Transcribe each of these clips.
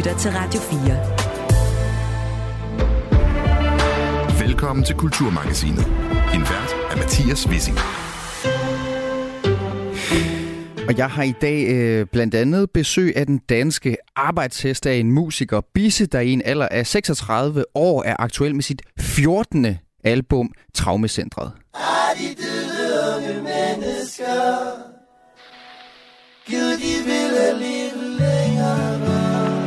lytter til Radio 4. Velkommen til Kulturmagasinet. En vært er Mathias Wissing. Og jeg har i dag blandt andet besøg af den danske arbejdshest af en musiker, Bisse, der i en alder af 36 år er aktuel med sit 14. album, Traumecentret. De døde unge mennesker, Gud, de ville leve længere.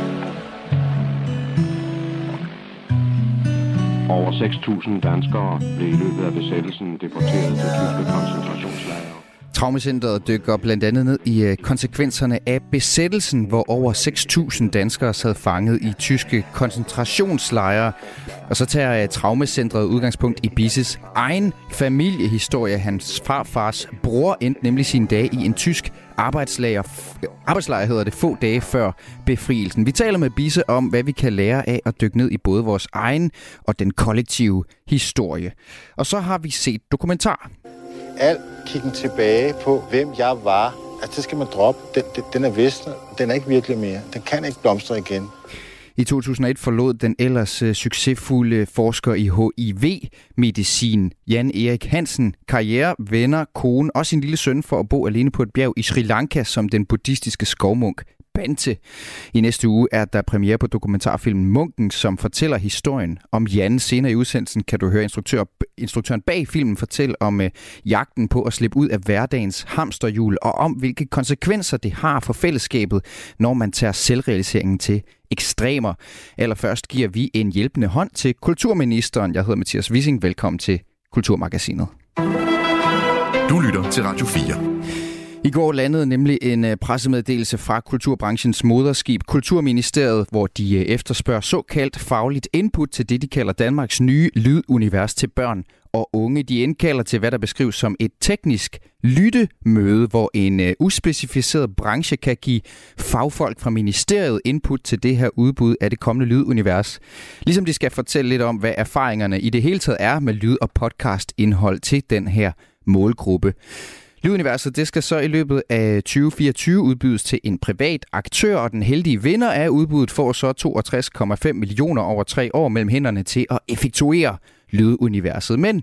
Over 6.000 danskere blev i løbet af besættelsen deporteret til tyske koncentrationslejre. Traumecentret dykker blandt andet ned i konsekvenserne af besættelsen, hvor over 6.000 danskere sad fanget i tyske koncentrationslejre. Og så tager Traumecentret udgangspunkt i Bisses egen familiehistorie. Hans farfars bror endte nemlig sine dage i en tysk arbejdslejr hedder det, få dage før befrielsen. Vi taler med Bisse om, hvad vi kan lære af at dykke ned i både vores egen og den kollektive historie. Og så har vi set dokumentar. Al kiggen tilbage på, hvem jeg var, altså det skal man droppe. Den er visnet. Den er ikke virkelig mere. Den kan ikke blomstre igen. I 2001 forlod den ellers succesfulde forsker i HIV-medicin, Jan Erik Hansen, karriere, venner, kone og sin lille søn for at bo alene på et bjerg i Sri Lanka som den buddhistiske skovmunk Bante. I næste uge er der premiere på dokumentarfilmen Munken, som fortæller historien om Jan. Senere i udsendelsen kan du høre instruktøren bag filmen fortælle om jagten på at slippe ud af hverdagens hamsterhjul, og om hvilke konsekvenser det har for fællesskabet, når man tager selvrealiseringen til ekstremer. Allerførst giver vi en hjælpende hånd til kulturministeren. Jeg hedder Mathias Wissing. Velkommen til Kulturmagasinet. Du lytter til Radio 4. I går landede nemlig en pressemeddelelse fra kulturbranchens moderskib, Kulturministeriet, hvor de efterspørger såkaldt fagligt input til det, de kalder Danmarks nye lydunivers til børn og unge. De indkalder til, hvad der beskrives som et teknisk lyttemøde, hvor en uspecificeret branche kan give fagfolk fra ministeriet input til det her udbud af det kommende lydunivers. Ligesom de skal fortælle lidt om, hvad erfaringerne i det hele taget er med lyd- og podcastindhold til den her målgruppe. Lyduniverset, det skal så i løbet af 2024 udbydes til en privat aktør, og den heldige vinder af udbuddet får så 62,5 millioner over 3 år mellem hænderne til at effektuere lyduniverset. Men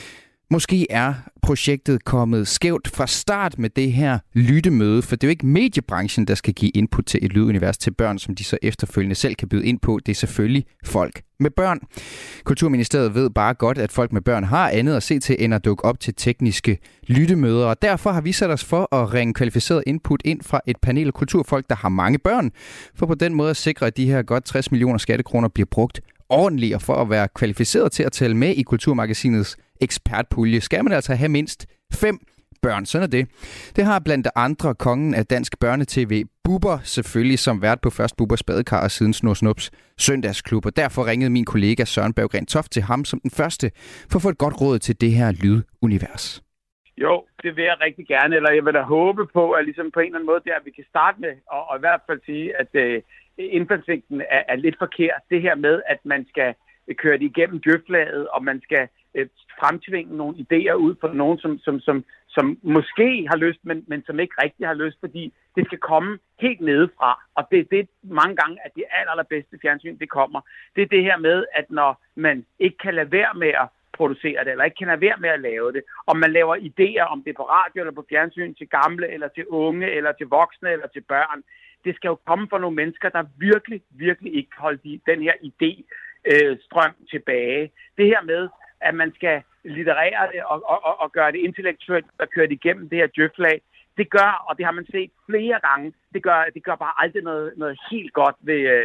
måske er projektet kommet skævt fra start med det her lyttemøde, for det er jo ikke mediebranchen, der skal give input til et lydunivers til børn, som de så efterfølgende selv kan byde ind på. Det er selvfølgelig folk med børn. Kulturministeriet ved bare godt, at folk med børn har andet at se til, end at dukke op til tekniske lyttemøder, og derfor har vi sat os for at ringe kvalificeret input ind fra et panel af kulturfolk, der har mange børn, for på den måde at sikre, at de her godt 60 millioner skattekroner bliver brugt ordentligt, og for at være kvalificeret til at tælle med i Kulturmagasinets ekspertpulje, skal man altså have mindst 5 børn. Sådan er det. Det har blandt andre kongen af dansk børnetv, Bubber, selvfølgelig som vært på først Bubbers Badekar og siden Snor Snups søndagsklub, og derfor ringede min kollega Søren Berggren Toft til ham som den første for at få et godt råd til det her lydunivers. Jo, det vil jeg rigtig gerne, eller jeg vil da håbe på, at ligesom på en eller anden måde, der vi kan starte med, og i hvert fald sige, at indfaldsvinklen er lidt forkert. Det her med, at man skal køre det igennem djøflaget, og man skal fremtvinge nogle idéer ud for nogen, som måske har lyst, men som ikke rigtig har lyst, fordi det skal komme helt nedefra. Og det er det mange gange, at det allerbedste fjernsyn, det kommer. Det er det her med, at når man ikke kan lade være med at producere det, eller ikke kan lade være med at lave det, og man laver idéer, om det er på radio eller på fjernsyn, til gamle, eller til unge, eller til voksne, eller til børn. Det skal jo komme fra nogle mennesker, der virkelig, virkelig ikke holder den her idéstrøm tilbage. Det her med, at man skal litterere det og gøre det intellektuelt og køre det igennem det her djøflag, det gør, og det har man set flere gange, det gør bare aldrig noget helt godt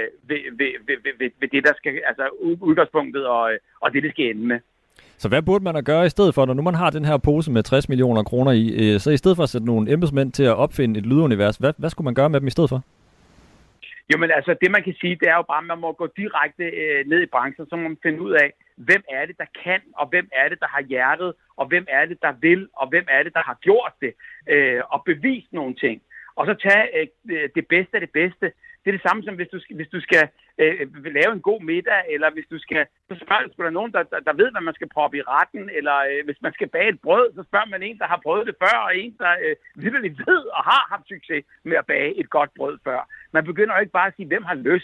ved det, der skal, altså udgangspunktet og det skal ende med. Så hvad burde man at gøre i stedet for, når nu man har den her pose med 60 millioner kroner i, så i stedet for at sætte nogle embedsmænd til at opfinde et lydunivers, hvad skulle man gøre med dem i stedet for? Jo, men altså det man kan sige, det er jo bare, at man må gå direkte ned i branchen, så må man finde ud af, hvem er det, der kan, og hvem er det, der har hjertet, og hvem er det, der vil, og hvem er det, der har gjort det, og bevist nogle ting. Og så tage det bedste af det bedste. Det er det samme som, hvis du skal lave en god middag, eller hvis du skal, så spørger du der nogen, der ved, hvad man skal proppe i retten, eller hvis man skal bage et brød, så spørger man en, der har prøvet det før, og en, der virkelig ved og har haft succes med at bage et godt brød før. Man begynder jo ikke bare at sige, hvem har lyst.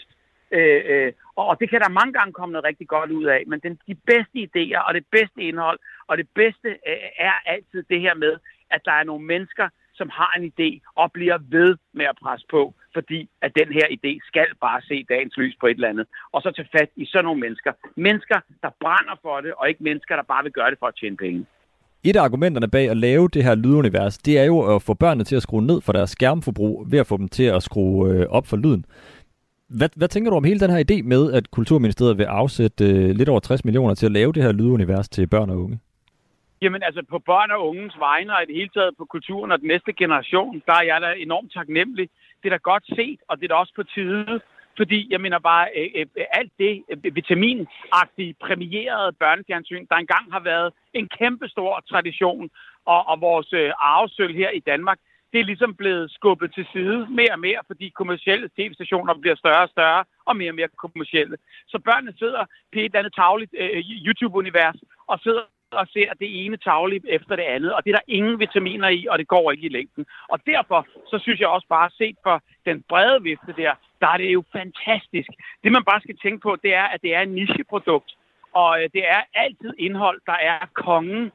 Og det kan der mange gange komme noget rigtig godt ud af, men de bedste idéer og det bedste indhold, og det bedste er altid det her med, at der er nogle mennesker, som har en idé og bliver ved med at presse på, fordi at den her idé skal bare se dagens lys på et eller andet. Og så tage fat i sådan nogle mennesker. Mennesker, der brænder for det, og ikke mennesker, der bare vil gøre det for at tjene penge. Et af argumenterne bag at lave det her lydunivers, det er jo at få børnene til at skrue ned for deres skærmforbrug, ved at få dem til at skrue op for lyden. Hvad tænker du om hele den her idé med, at Kulturministeriet vil afsætte lidt over 60 millioner til at lave det her lydunivers til børn og unge? Jamen altså på børn og unges vegne, og i det hele taget på kulturen og den næste generation, der er jeg da enormt taknemmelig. Det er da godt set, og det er da også på tide. Fordi jeg mener bare, alt det vitaminagtige, premierede børnefjernsyn, der engang har været en kæmpestor tradition, og vores arvesølv her i Danmark, det er ligesom blevet skubbet til side mere og mere, fordi kommercielle tv-stationer bliver større og større, og mere kommercielle. Så børnene sidder på et eller andet tagligt YouTube-univers, og sidder og ser det ene taglige efter det andet, og det er der ingen vitaminer i, og det går ikke i længden. Og derfor, så synes jeg også bare, set for den brede vifte der er det jo fantastisk. Det man bare skal tænke på, det er, at det er en nicheprodukt, og det er altid indhold, der er kongen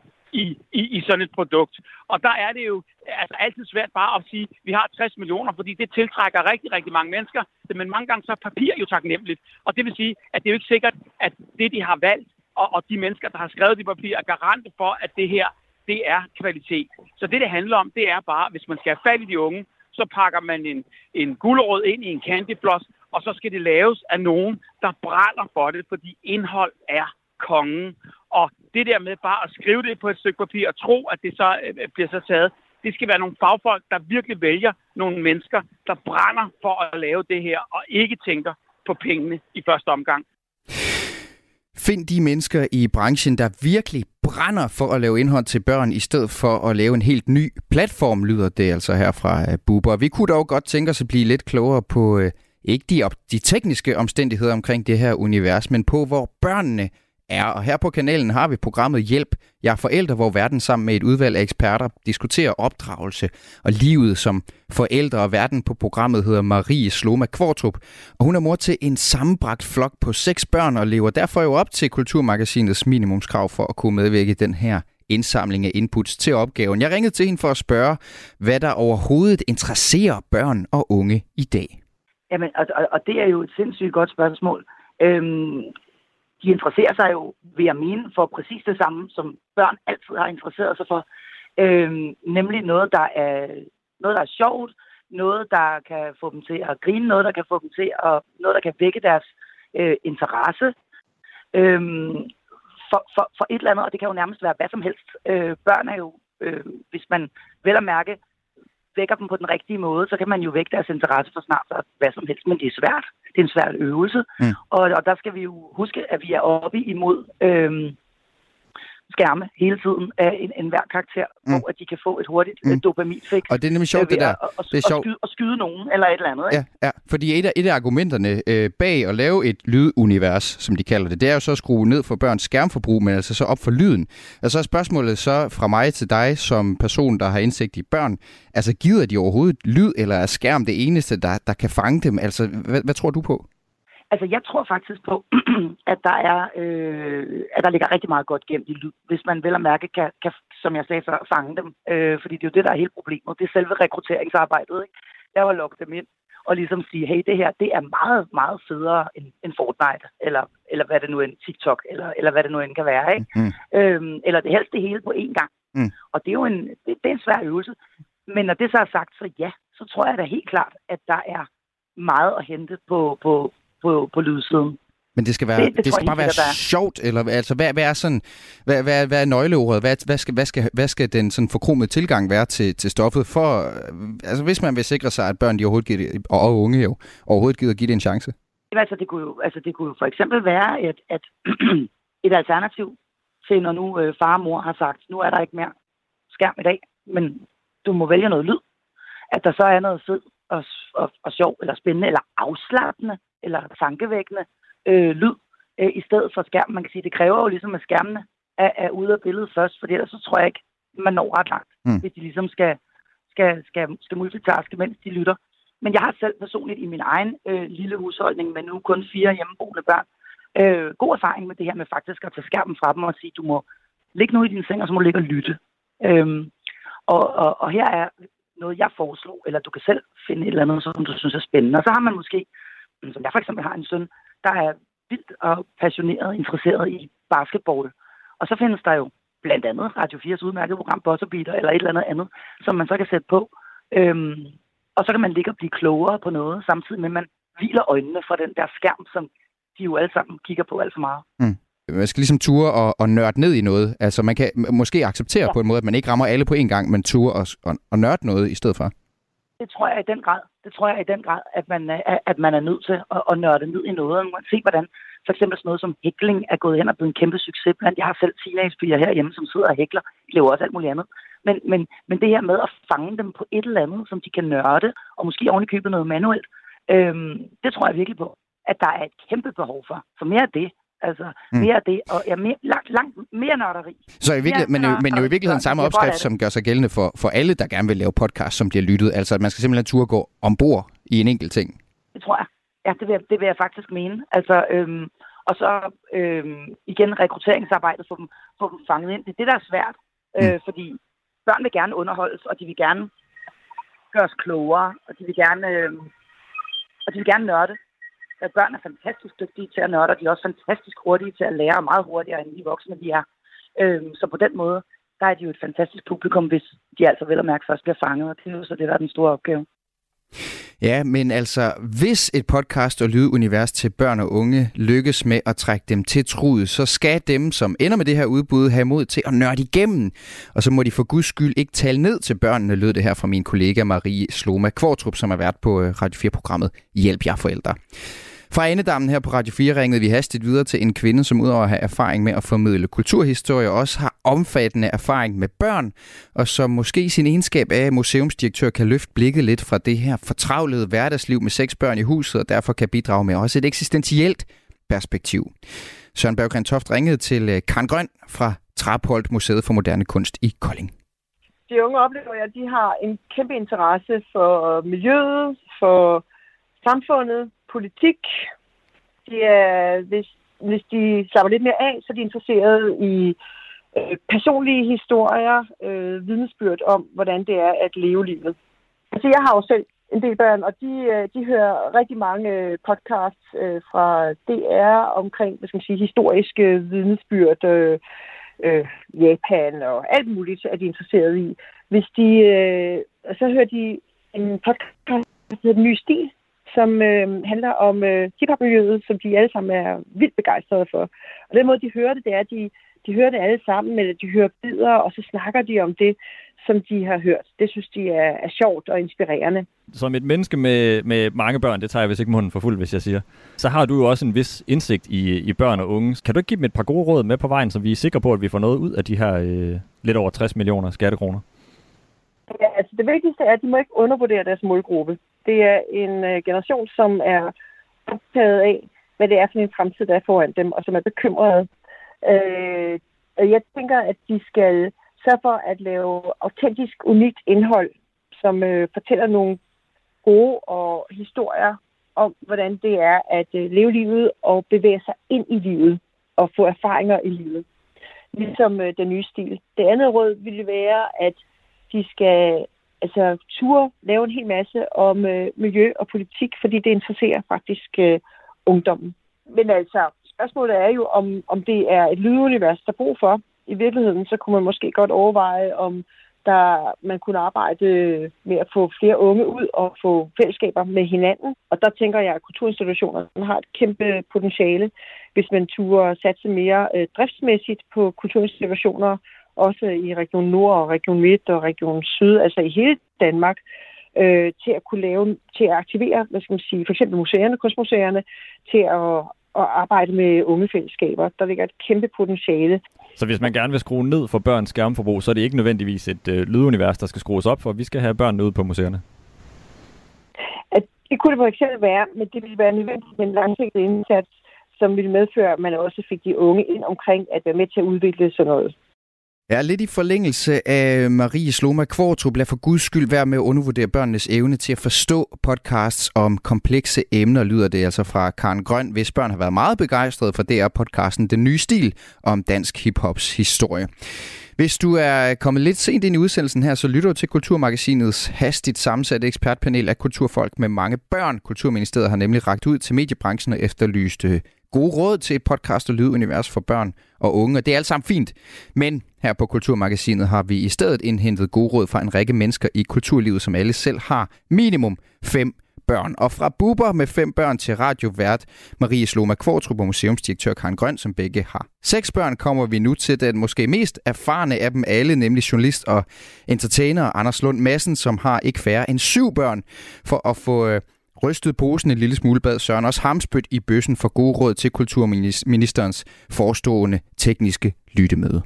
i sådan et produkt. Og der er det jo altså altid svært bare at sige, at vi har 60 millioner, fordi det tiltrækker rigtig, rigtig mange mennesker, men mange gange så er papir jo taknemmeligt. Og det vil sige, at det er jo ikke sikkert, at det, de har valgt, og de mennesker, der har skrevet de papirer, er garante for, at det her, det er kvalitet. Så det handler om, det er bare, hvis man skal have fat i de unge, så pakker man en gulerod ind i en candyfloss, og så skal det laves af nogen, der brænder for det, fordi indhold er kongen. Og det der med bare at skrive det på et stykke papir og tro, at det så bliver så taget, det skal være nogle fagfolk, der virkelig vælger nogle mennesker, der brænder for at lave det her, og ikke tænker på pengene i første omgang. Find de mennesker i branchen, der virkelig brænder for at lave indhold til børn, i stedet for at lave en helt ny platform, lyder det altså her fra Bubber. Vi kunne dog godt tænke os at blive lidt klogere på, ikke de tekniske omstændigheder omkring det her univers, men på, hvor børnene er. Og her på kanalen har vi programmet Hjælp. Jeg er forældre, hvor verden sammen med et udvalg af eksperter diskuterer opdragelse og livet som forældre. Og verden på programmet hedder Marie Sloma Kvartrup. Og hun er mor til en sammenbragt flok på 6 børn og lever derfor jo op til Kulturmagasinets minimumskrav for at kunne medvirke i den her indsamling af inputs til opgaven. Jeg ringede til hende for at spørge, hvad der overhovedet interesserer børn og unge i dag. Jamen, og det er jo et sindssygt godt spørgsmål. De interesserer sig jo, vil jeg mene, for præcis det samme, som børn altid har interesseret sig for. Nemlig noget, der er sjovt, noget, der kan få dem til at grine, noget, der kan få dem til noget, der kan vække deres interesse for et eller andet, og det kan jo nærmest være hvad som helst. Børn er jo, hvis man vel at mærke, vækker dem på den rigtige måde, så kan man jo vække deres interesse for snart hvad som helst, men det er svært. Det er en svær øvelse, og der skal vi jo huske, at vi er oppe imod skærme hele tiden af enhver karakter, hvor at de kan få et hurtigt dopaminfix. Og det er nemlig sjovt, det der. Det er sjovt. Og skyde nogen, eller et eller andet. Ikke? Ja, fordi et af argumenterne bag at lave et lydunivers, som de kalder det, det er jo så at skrue ned for børns skærmforbrug, men altså så op for lyden. Og så er spørgsmålet så fra mig til dig, som person, der har indsigt i børn, altså gider de overhovedet lyd, eller er skærm det eneste, der kan fange dem? Altså, hvad tror du på? Altså, jeg tror faktisk på, at der ligger rigtig meget godt gemt i lyd, hvis man vel at mærke kan, som jeg sagde før, fange dem. Fordi det er jo det, der er hele problemet. Det er selve rekrutteringsarbejdet, ikke? Der var at lukke dem ind og ligesom sige, hey, det her, det er meget, meget federe end Fortnite, eller hvad det nu er, en TikTok, eller hvad det nu end kan være, ikke? Eller det helst det hele på én gang. Og det er jo det er en svær øvelse. Men når det så er sagt, så ja, så tror jeg da helt klart, at der er meget at hente på lydsiden. Men det skal være, det skal bare være sjovt, eller altså hvad er sådan, hvad er nøgleordet? Hvad skal den sådan forkromede tilgang være til stoffet for, altså hvis man vil sikre sig, at børn de overhovedet giver det, og unge jo overhovedet gider give det en chance? Altså det kunne jo for eksempel være at et alternativ til, når nu far og mor har sagt, nu er der ikke mere skærm i dag, men du må vælge noget lyd, at der så er noget fed og sjov, eller spændende, eller afslappende, eller tankevækkende lyd i stedet for skærm. Man kan sige, det kræver jo ligesom, at skærmene er ude af billedet først, for ellers så tror jeg ikke, man når ret langt, hvis de ligesom skal multitaske, mens de lytter. Men jeg har selv personligt i min egen lille husholdning med nu kun 4 hjemmeboende børn, god erfaring med det her med faktisk at tage skærmen fra dem og sige, du må ligge nu i din seng, og så må du ligge og lytte. Og her er noget, jeg foreslår, eller du kan selv finde et eller andet, som du synes er spændende. Og så har man måske, som jeg for eksempel har en søn, der er vildt og passioneret, interesseret i basketball. Og så findes der jo blandt andet Radio 4's udmærkede program, Buzzer Beater, eller et eller andet, som man så kan sætte på. Og så kan man ligge og blive klogere på noget, samtidig med, at man hviler øjnene fra den der skærm, som de jo alle sammen kigger på alt for meget. Man skal ligesom ture og nørde ned i noget. Altså man kan måske acceptere på en måde, at man ikke rammer alle på en gang, men ture og nørde noget i stedet for. Det tror jeg i den grad, at man er nødt til at nørde ned i noget. Man kan se, hvordan for eksempel sådan noget som hækling er gået hen og blevet en kæmpe succes blandt. Jeg har selv teenagepiger herhjemme, som sidder og hækler. De laver også alt muligt andet. Men det her med at fange dem på et eller andet, som de kan nørde, og måske ovenikøbet noget manuelt, det tror jeg virkelig på, at der er et kæmpe behov for. For mere af det. Altså, mere af det, og langt mere nørderi. Så men jo i virkeligheden samme opskrift, som gør sig gældende for alle, der gerne vil lave podcast, som bliver lyttet. Altså, at man skal simpelthen turde gå ombord i en enkelt ting. Det tror jeg. Ja, det vil jeg faktisk mene. Altså, og så igen rekrutteringsarbejdet, få dem fanget ind. Det er det, der er svært. Fordi børn vil gerne underholdes, og de vil gerne gøres klogere, og de vil gerne nørde. Børn er fantastisk dygtige til at nørde, og de er også fantastisk hurtige til at lære, meget hurtigere end de voksne, de er. Så på den måde, der er de jo et fantastisk publikum, hvis de altså vel at mærke først bliver fanget, og det er jo så det, der er den store opgave. Ja, men altså, hvis et podcast- og lydunivers til børn og unge lykkes med at trække dem til truet, så skal dem, som ender med det her udbud, have mod til at nørde igennem. Og så må de for guds skyld ikke tale ned til børnene, lød det her fra min kollega Marie Sloma Kvartrup, som har været på Radio 4-programmet Hjælp jer forældre. Fra endedammen her på Radio 4 ringede vi hastigt videre til en kvinde, som udover at have erfaring med at formidle kulturhistorie, også har omfattende erfaring med børn, og som måske i sin egenskab af museumsdirektør kan løfte blikket lidt fra det her fortravlede hverdagsliv med 6 børn i huset, og derfor kan bidrage med også et eksistentielt perspektiv. Søren Berggren Toft ringede til Karen Grøn fra Trapholt Museet for Moderne Kunst i Kolding. De unge oplever, at de har en kæmpe interesse for miljøet, for samfundet, politik. Hvis de slapper lidt mere af, så er de interesserede i personlige historier, vidnesbyrd om, hvordan det er at leve livet. Altså, jeg har jo selv en del børn, og de hører rigtig mange podcasts fra DR omkring, historiske vidnesbyrd, Japan og alt muligt er de interesseret i. Så hører de en podcast, der hedder Den Nye Stil, som handler om hiphop-miljøet, som de alle sammen er vildt begejstrede for. Og den måde, de hører det, det er, at de hører det alle sammen, eller de hører bidder, og så snakker de om det, som de har hørt. Det synes de er sjovt og inspirerende. Som et menneske med mange børn, det tager jeg vist ikke munden for fuld, hvis jeg siger, så har du jo også en vis indsigt i børn og unge. Kan du ikke give dem et par gode råd med på vejen, så vi er sikre på, at vi får noget ud af de her lidt over 60 millioner skattekroner? Ja, altså det vigtigste er, at de må ikke undervurdere deres målgruppe. Det er en generation, som er optaget af, hvad det er for en fremtid, der er foran dem, og som er bekymrede. Jeg tænker, at de skal sørge for at lave autentisk, unikt indhold, som fortæller nogle gode og historier om, hvordan det er at leve livet og bevæge sig ind i livet og få erfaringer i livet. Ligesom Den Nye Stil. Det andet råd ville være, at de skal turde lave en hel masse om miljø og politik, fordi det interesserer faktisk ungdommen. Men altså, spørgsmålet er jo, om det er et lydunivers, der er brug for. I virkeligheden, så kunne man måske godt overveje, om man kunne arbejde med at få flere unge ud og få fællesskaber med hinanden. Og der tænker jeg, at kulturinstitutionerne har et kæmpe potentiale, hvis man turde satse mere driftsmæssigt på kulturinstitutioner, også i Region Nord og Region Midt og Region Syd, altså i hele Danmark, til at aktivere, for eksempel museerne, kunstmuseerne, til at arbejde med ungefællesskaber. Der ligger et kæmpe potentiale. Så hvis man gerne vil skrue ned for børns skærmforbrug, så er det ikke nødvendigvis et lydunivers, der skal skrues op for. Vi skal have børnene ude på museerne. Det kunne det for eksempel være, men det ville være nødvendigt med en langsigtet indsats, som ville medføre, at man også fik de unge ind omkring at være med til at udvikle sådan noget. Ja, lidt i forlængelse af Marie Sloma Kvartrup. Lad for guds skyld være med at undervurdere børnenes evne til at forstå podcasts om komplekse emner, lyder det altså fra Karen Grøn, hvis børn har været meget begejstrede for DR-podcasten Den Nye Stil om dansk hiphops historie. Hvis du er kommet lidt sent ind i udsendelsen her, så lytter du til Kulturmagasinets hastigt sammensatte ekspertpanel af kulturfolk med mange børn. Kulturministeriet har nemlig rakt ud til mediebranchen og efterlyst gode råd til et podcast- og lydunivers for børn og unge. Og det er alt sammen fint, men her på Kulturmagasinet har vi i stedet indhentet gode råd fra en række mennesker i kulturlivet, som alle selv har minimum 5 børn. Og fra buber med 5 børn til radiovært Marie Sloma Kvartrup og museumsdirektør Karen Grøn, som begge har 6 børn, kommer vi nu til den måske mest erfarne af dem alle, nemlig journalist og entertainer Anders Lund Madsen, som har ikke færre end 7 børn. For at få rystet posen en lille smule, bad Søren også hamspyt i bøssen for gode råd til kulturministerens forestående tekniske lyttemøde.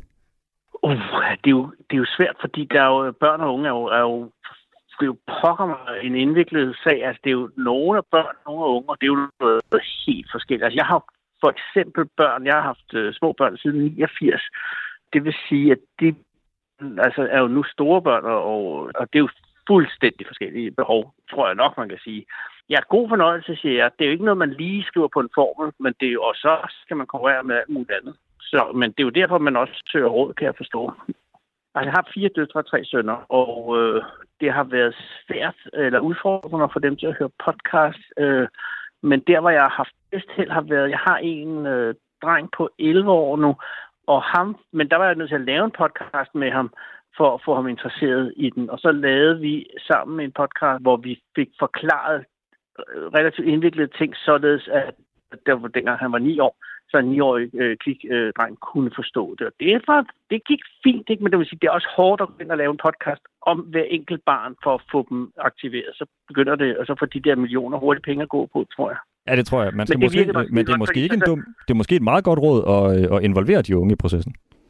Det er jo svært, fordi der er jo, børn og unge det er jo pokker mig en indviklet sag. Altså, det er jo nogle af børn, nogle af unge, og det er jo noget helt forskelligt. Altså, jeg har for eksempel børn, jeg har haft små børn siden 89. Det vil sige, at de er jo nu store børn, og det er jo fuldstændig forskellige behov, tror jeg nok, man kan sige. Ja, god fornøjelse, siger jeg. Det er jo ikke noget, man lige skriver på en formel, men det er jo også, så skal man konkurrere med alt muligt andet. Men det er jo derfor, man også søger råd, kan jeg forstå. Altså, jeg har 4 døtre og 3 sønner, og det har været svært eller udfordrende for dem til at høre podcast. Men der, hvor jeg har haft bedst held, har været, jeg har en dreng på 11 år nu, og men der var jeg nødt til at lave en podcast med ham, for at få ham interesseret i den. Og så lavede vi sammen en podcast, hvor vi fik forklaret relativt indviklede ting, således at dengang han var 9 år, så en 9-årig dreng kunne forstå det. Og det gik fint, ikke? Men det vil sige, det er også hårdt at begynde at lave en podcast om hver enkelt barn for at få dem aktiveret. Så begynder det, og så får de der millioner hurtige penge at gå på, tror jeg. Ja, det tror jeg. Men det er måske ikke det er måske et meget godt råd at involvere de unge i processen.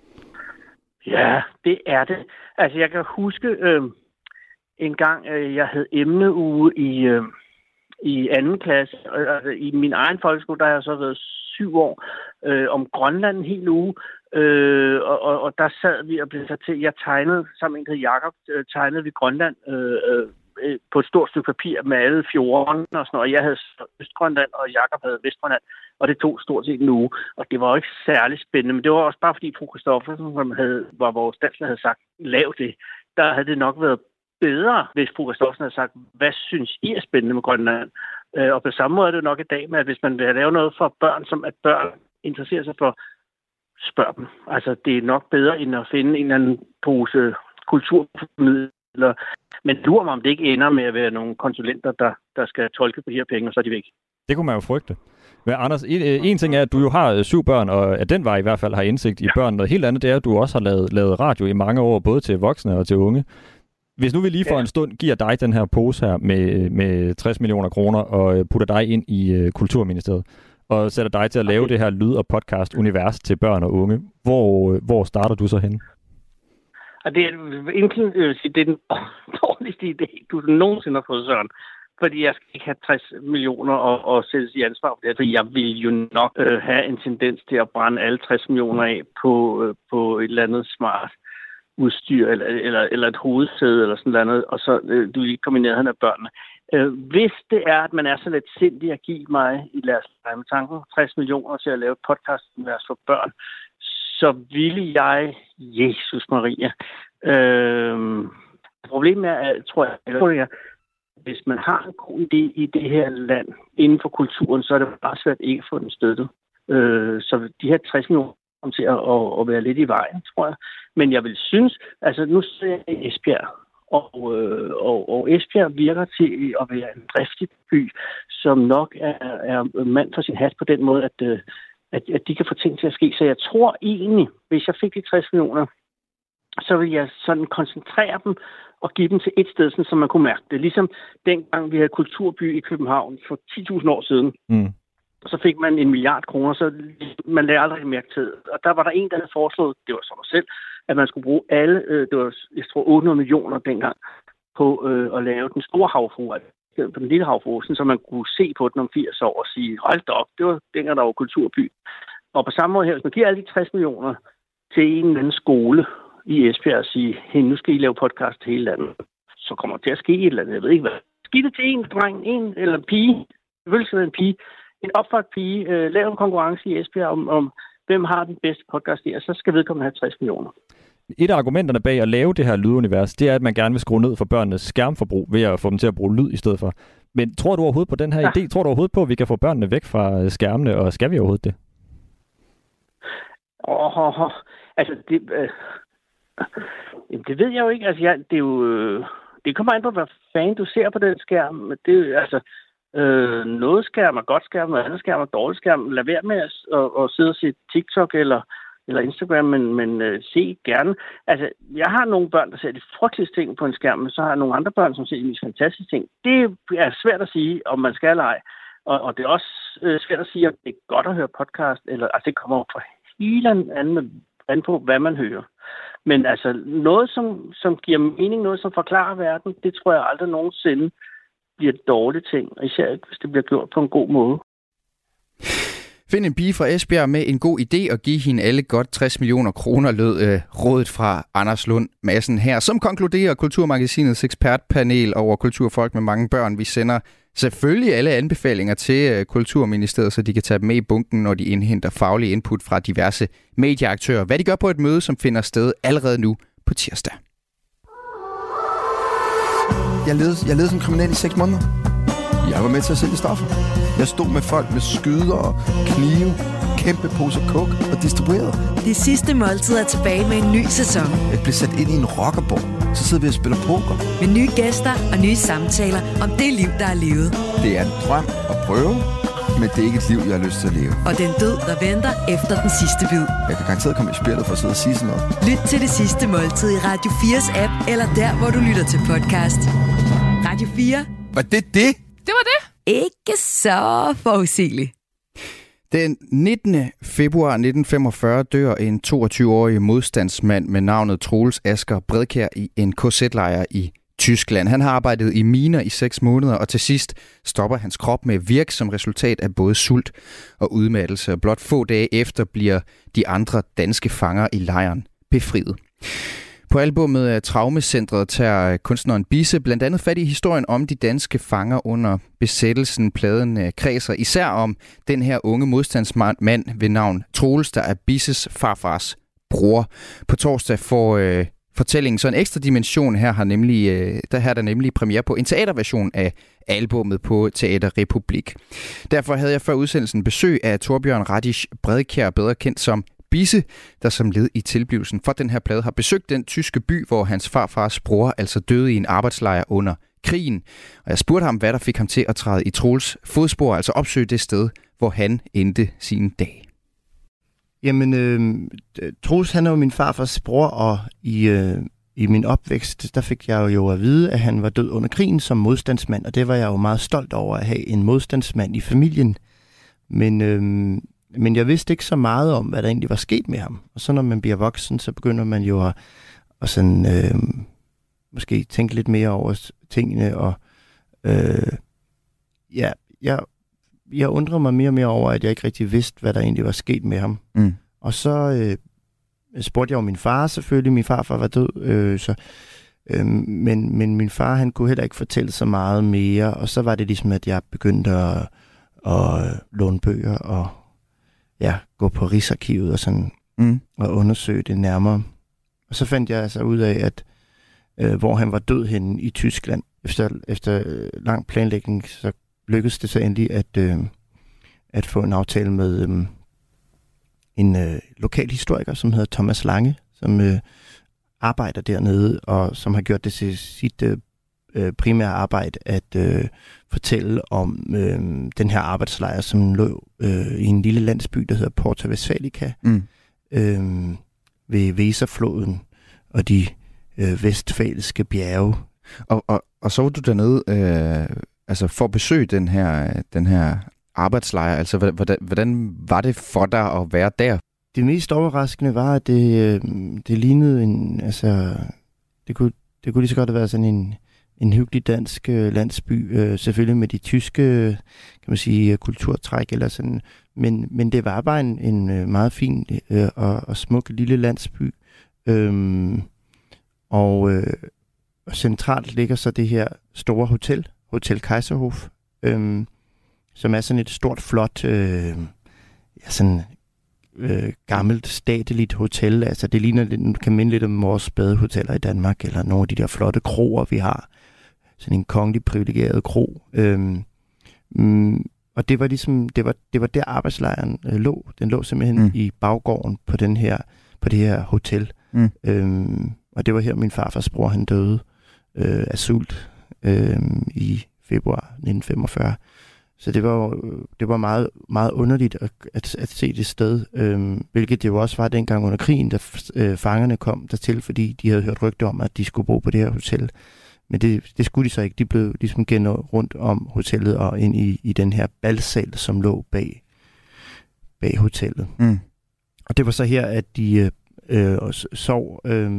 Ja, det er det. Altså, jeg kan huske en gang, jeg havde emneuge i 2. klasse. Altså, i min egen folkeskole, der har jeg så været 7 år, om Grønland en hel uge. Og der sad vi og blev sat til. Jeg tegnede, sammen med en, der hed Jakob, tegnede vi Grønland på et stort stykke papir med alle fjordene og sådan noget. Jeg havde Østgrønland, og Jakob havde Vestgrønland, og det tog stort set en uge. Og det var jo ikke særlig spændende, men det var også bare fordi fru Christoffersen, som var vores dansker, havde sagt, lav det. Der havde det nok været bedre, hvis fru Christoffersen havde sagt, hvad synes I er spændende med Grønland? Og på samme måde er det nok i dag med, at hvis man vil lave noget for børn, som at børn interesserer sig for, spørg dem. Altså, det er nok bedre, end at finde en eller anden pose kulturformidler. Men lurer mig, om det ikke ender med at være nogle konsulenter, der skal tolke på de her penge, og så er de væk. Det kunne man jo frygte. Men Anders, en ting er, at du jo har 7 børn, og at den vej i hvert fald har indsigt i børn. Noget helt andet det er, at du også har lavet radio i mange år, både til voksne og til unge. Hvis nu vi lige for en stund giver dig den her pose her med 60 millioner kroner og putter dig ind i Kulturministeriet, og sætter dig til at lave det her lyd- og podcast-univers til børn og unge, hvor starter du så henne? Og det er den dårligste idé, du nogensinde har fået, Søren. Fordi jeg skal ikke have 60 millioner og sættes i ansvar for det. For jeg vil jo nok have en tendens til at brænde alle 60 millioner af på et eller andet smart udstyr, eller et hovedsæde, eller sådan noget, og så du ikke komme i nærheden af børnene. Hvis det er, at man er så lidt sindig at give mig i lad os lege med tanken 60 millioner til at lave et podcast-univers for børn, så ville jeg, Jesus Maria. Problemet er, tror jeg, hvis man har en god idé i det her land inden for kulturen, så er det bare svært ikke at få den støttet. Så de her 60 millioner kommer til at være lidt i vejen, tror jeg. Men jeg vil synes, altså nu ser jeg i Esbjerg, og Esbjerg virker til at være en driftig by, som nok er mand for sin hat på den måde, at de kan få ting til at ske. Så jeg tror egentlig, hvis jeg fik de 60 millioner, så vil jeg sådan koncentrere dem og give dem til et sted, sådan, så man kunne mærke det. Ligesom dengang vi havde Kulturby i København for 10.000 år siden. Så fik man 1 milliard kroner, så man lagde aldrig mærke til. Og der var der en, der havde foreslået, det var som mig selv, at man skulle bruge alle, det var, jeg tror, 800 millioner dengang, på at lave den store havfrue, på den lille havfrue, så man kunne se på den om 80 år og sige, hold da op, det var dengang, der var Kulturby. Og på samme måde her, hvis man giver alle de 60 millioner til en eller anden skole, i Esbjerg og sige, hey, nu skal I lave podcast til hele landet. Så kommer til at ske et eller andet. Jeg ved ikke hvad. Skidt det til en dreng, en eller en pige. Selvfølgelig skal det være en pige. En opført pige. Lav en konkurrence i Esbjerg om hvem har den bedste podcast der. Så skal vedkommende have 60 millioner. Et af argumenterne bag at lave det her lydunivers, det er, at man gerne vil skrue ned for børnenes skærmforbrug ved at få dem til at bruge lyd i stedet for. Men tror du overhovedet på den her idé? Tror du overhovedet på, at vi kan få børnene væk fra skærmene, og skal vi overhovedet det? Altså, det ved jeg jo ikke. Altså, det er jo... det kommer an på, hvad fanden du ser på den skærm. Det er altså... noget skærm er godt skærm, noget andet skærm er dårligt skærm. Lad være med at sidde og se TikTok eller Instagram, men se gerne. Altså, jeg har nogle børn, der ser de frygteligste ting på en skærm, men så har jeg nogle andre børn, som ser de mest fantastiske ting. Det er svært at sige, om man skal eller ej. Og det er også svært at sige, om det er godt at høre podcast, eller altså, det kommer fra hele an på, hvad man hører. Men altså, noget, som giver mening, noget, som forklarer verden, det tror jeg aldrig nogensinde bliver dårlige ting, især hvis det bliver gjort på en god måde. Find en pige fra Esbjerg med en god idé og give hende alle godt 60 millioner kroner, lød rådet fra Anders Lund Madsen her, som konkluderer Kulturmagasinets ekspertpanel over kulturfolk med mange børn. Vi sender selvfølgelig alle anbefalinger til Kulturministeriet, så de kan tage dem med i bunken, når de indhenter faglig input fra diverse medieaktører. Hvad de gør på et møde, som finder sted allerede nu på tirsdag. Jeg levede som kriminel i 6 måneder. Jeg var med til at sælge stoffer. Jeg stod med folk med skyder og knive, kæmpe poser coke og distribuerede. Det sidste måltid er tilbage med en ny sæson. Jeg blev sat ind i en rockerborg. Så sidder vi og spiller poker. Med nye gæster og nye samtaler om det liv, der er levet. Det er en drøm at prøve, men det er ikke et liv, jeg har lyst til at leve. Og den død, der venter efter den sidste bid. Jeg kan garanteret komme i spjældet for at sidde og sige sådan noget. Lyt til Det Sidste Måltid i Radio 4's app, eller der, hvor du lytter til podcast. Radio 4. Var det det? Det var det. Ikke så forudsigeligt. Den 19. februar 1945 dør en 22-årig modstandsmand med navnet Troels Asger Bredkjær i en KZ-lejr i Tyskland. Han har arbejdet i miner i 6 måneder, og til sidst stopper hans krop med at virke som resultat af både sult og udmattelse. Og blot få dage efter bliver de andre danske fanger i lejren befriet. På albummet Traumecentret tager kunstneren Bisse blandt andet fat i historien om de danske fanger under besættelsen. Pladen kredser især om den her unge modstandsmand ved navn Troels, der er Bisses farfars bror. På torsdag får fortællingen så en ekstra dimension. Her er der nemlig premiere på en teaterversion af albummet på Teater Republik. Derfor havde jeg før udsendelsen besøg af Torbjørn Radish Bredkjær, bedre kendt som Bisse, der som led i tilblivelsen for den her plade har besøgt den tyske by, hvor hans farfars bror altså døde i en arbejdslejr under krigen. Og jeg spurgte ham, hvad der fik ham til at træde i Troels fodspor, altså opsøge det sted, hvor han endte sin dag. Jamen, Troels, han er jo min farfars bror, og i min opvækst, der fik jeg jo at vide, at han var død under krigen som modstandsmand, og det var jeg jo meget stolt over at have en modstandsmand i familien. Men jeg vidste ikke så meget om, hvad der egentlig var sket med ham. Og så når man bliver voksen, så begynder man jo at sådan, måske tænke lidt mere over tingene. Og jeg undrer mig mere og mere over, at jeg ikke rigtig vidste, hvad der egentlig var sket med ham. Mm. Og så spurgte jeg jo min far selvfølgelig. Min farfar var død, men min far, han kunne heller ikke fortælle så meget mere. Og så var det ligesom, at jeg begyndte at låne bøger og gå på Rigsarkivet og sådan og undersøge det nærmere. Og så fandt jeg altså ud af, at hvor han var død henne i Tyskland. Efter lang planlægning, så lykkedes det så endelig at få en aftale med en lokal historiker, som hedder Thomas Lange, som arbejder dernede, og som har gjort det til sit primære arbejde at fortælle om den her arbejdslejr, som lå i en lille landsby, der hedder Porta Westfalica, ved Weserfloden og de vestfaliske bjerge. Og så var du dernede for at besøge den her arbejdslejr. Altså, hvordan var det for dig at være der? Det mest overraskende var, at det lignede det kunne lige så godt have været sådan en hyggelig dansk landsby, selvfølgelig med de tyske, kan man sige, kulturtræk eller sådan, men det var bare en meget fin og smuk lille landsby, Og centralt ligger så det her store hotel, Hotel Kaiserhof, som er sådan et stort, flot, gammelt, stateligt hotel. Altså det ligner lidt, du kan minde lidt om vores badehoteller i Danmark, eller nogle af de der flotte kroer, vi har. Sådan en kongelig privilegeret kro. Og det var ligesom, det var der arbejdslejren lå. Den lå simpelthen i baggården på det her hotel. Og det var her min farfars bror, han døde af sult i februar 1945. Så det var meget, meget underligt at se det sted, hvilket det jo også var dengang under krigen, da fangerne kom dertil, fordi de havde hørt rygter om, at de skulle bo på det her hotel. Men det skulle de så ikke. De blev ligesom gennet rundt om hotellet og ind i den her balsal, som lå bag hotellet. Og det var så her, at de sov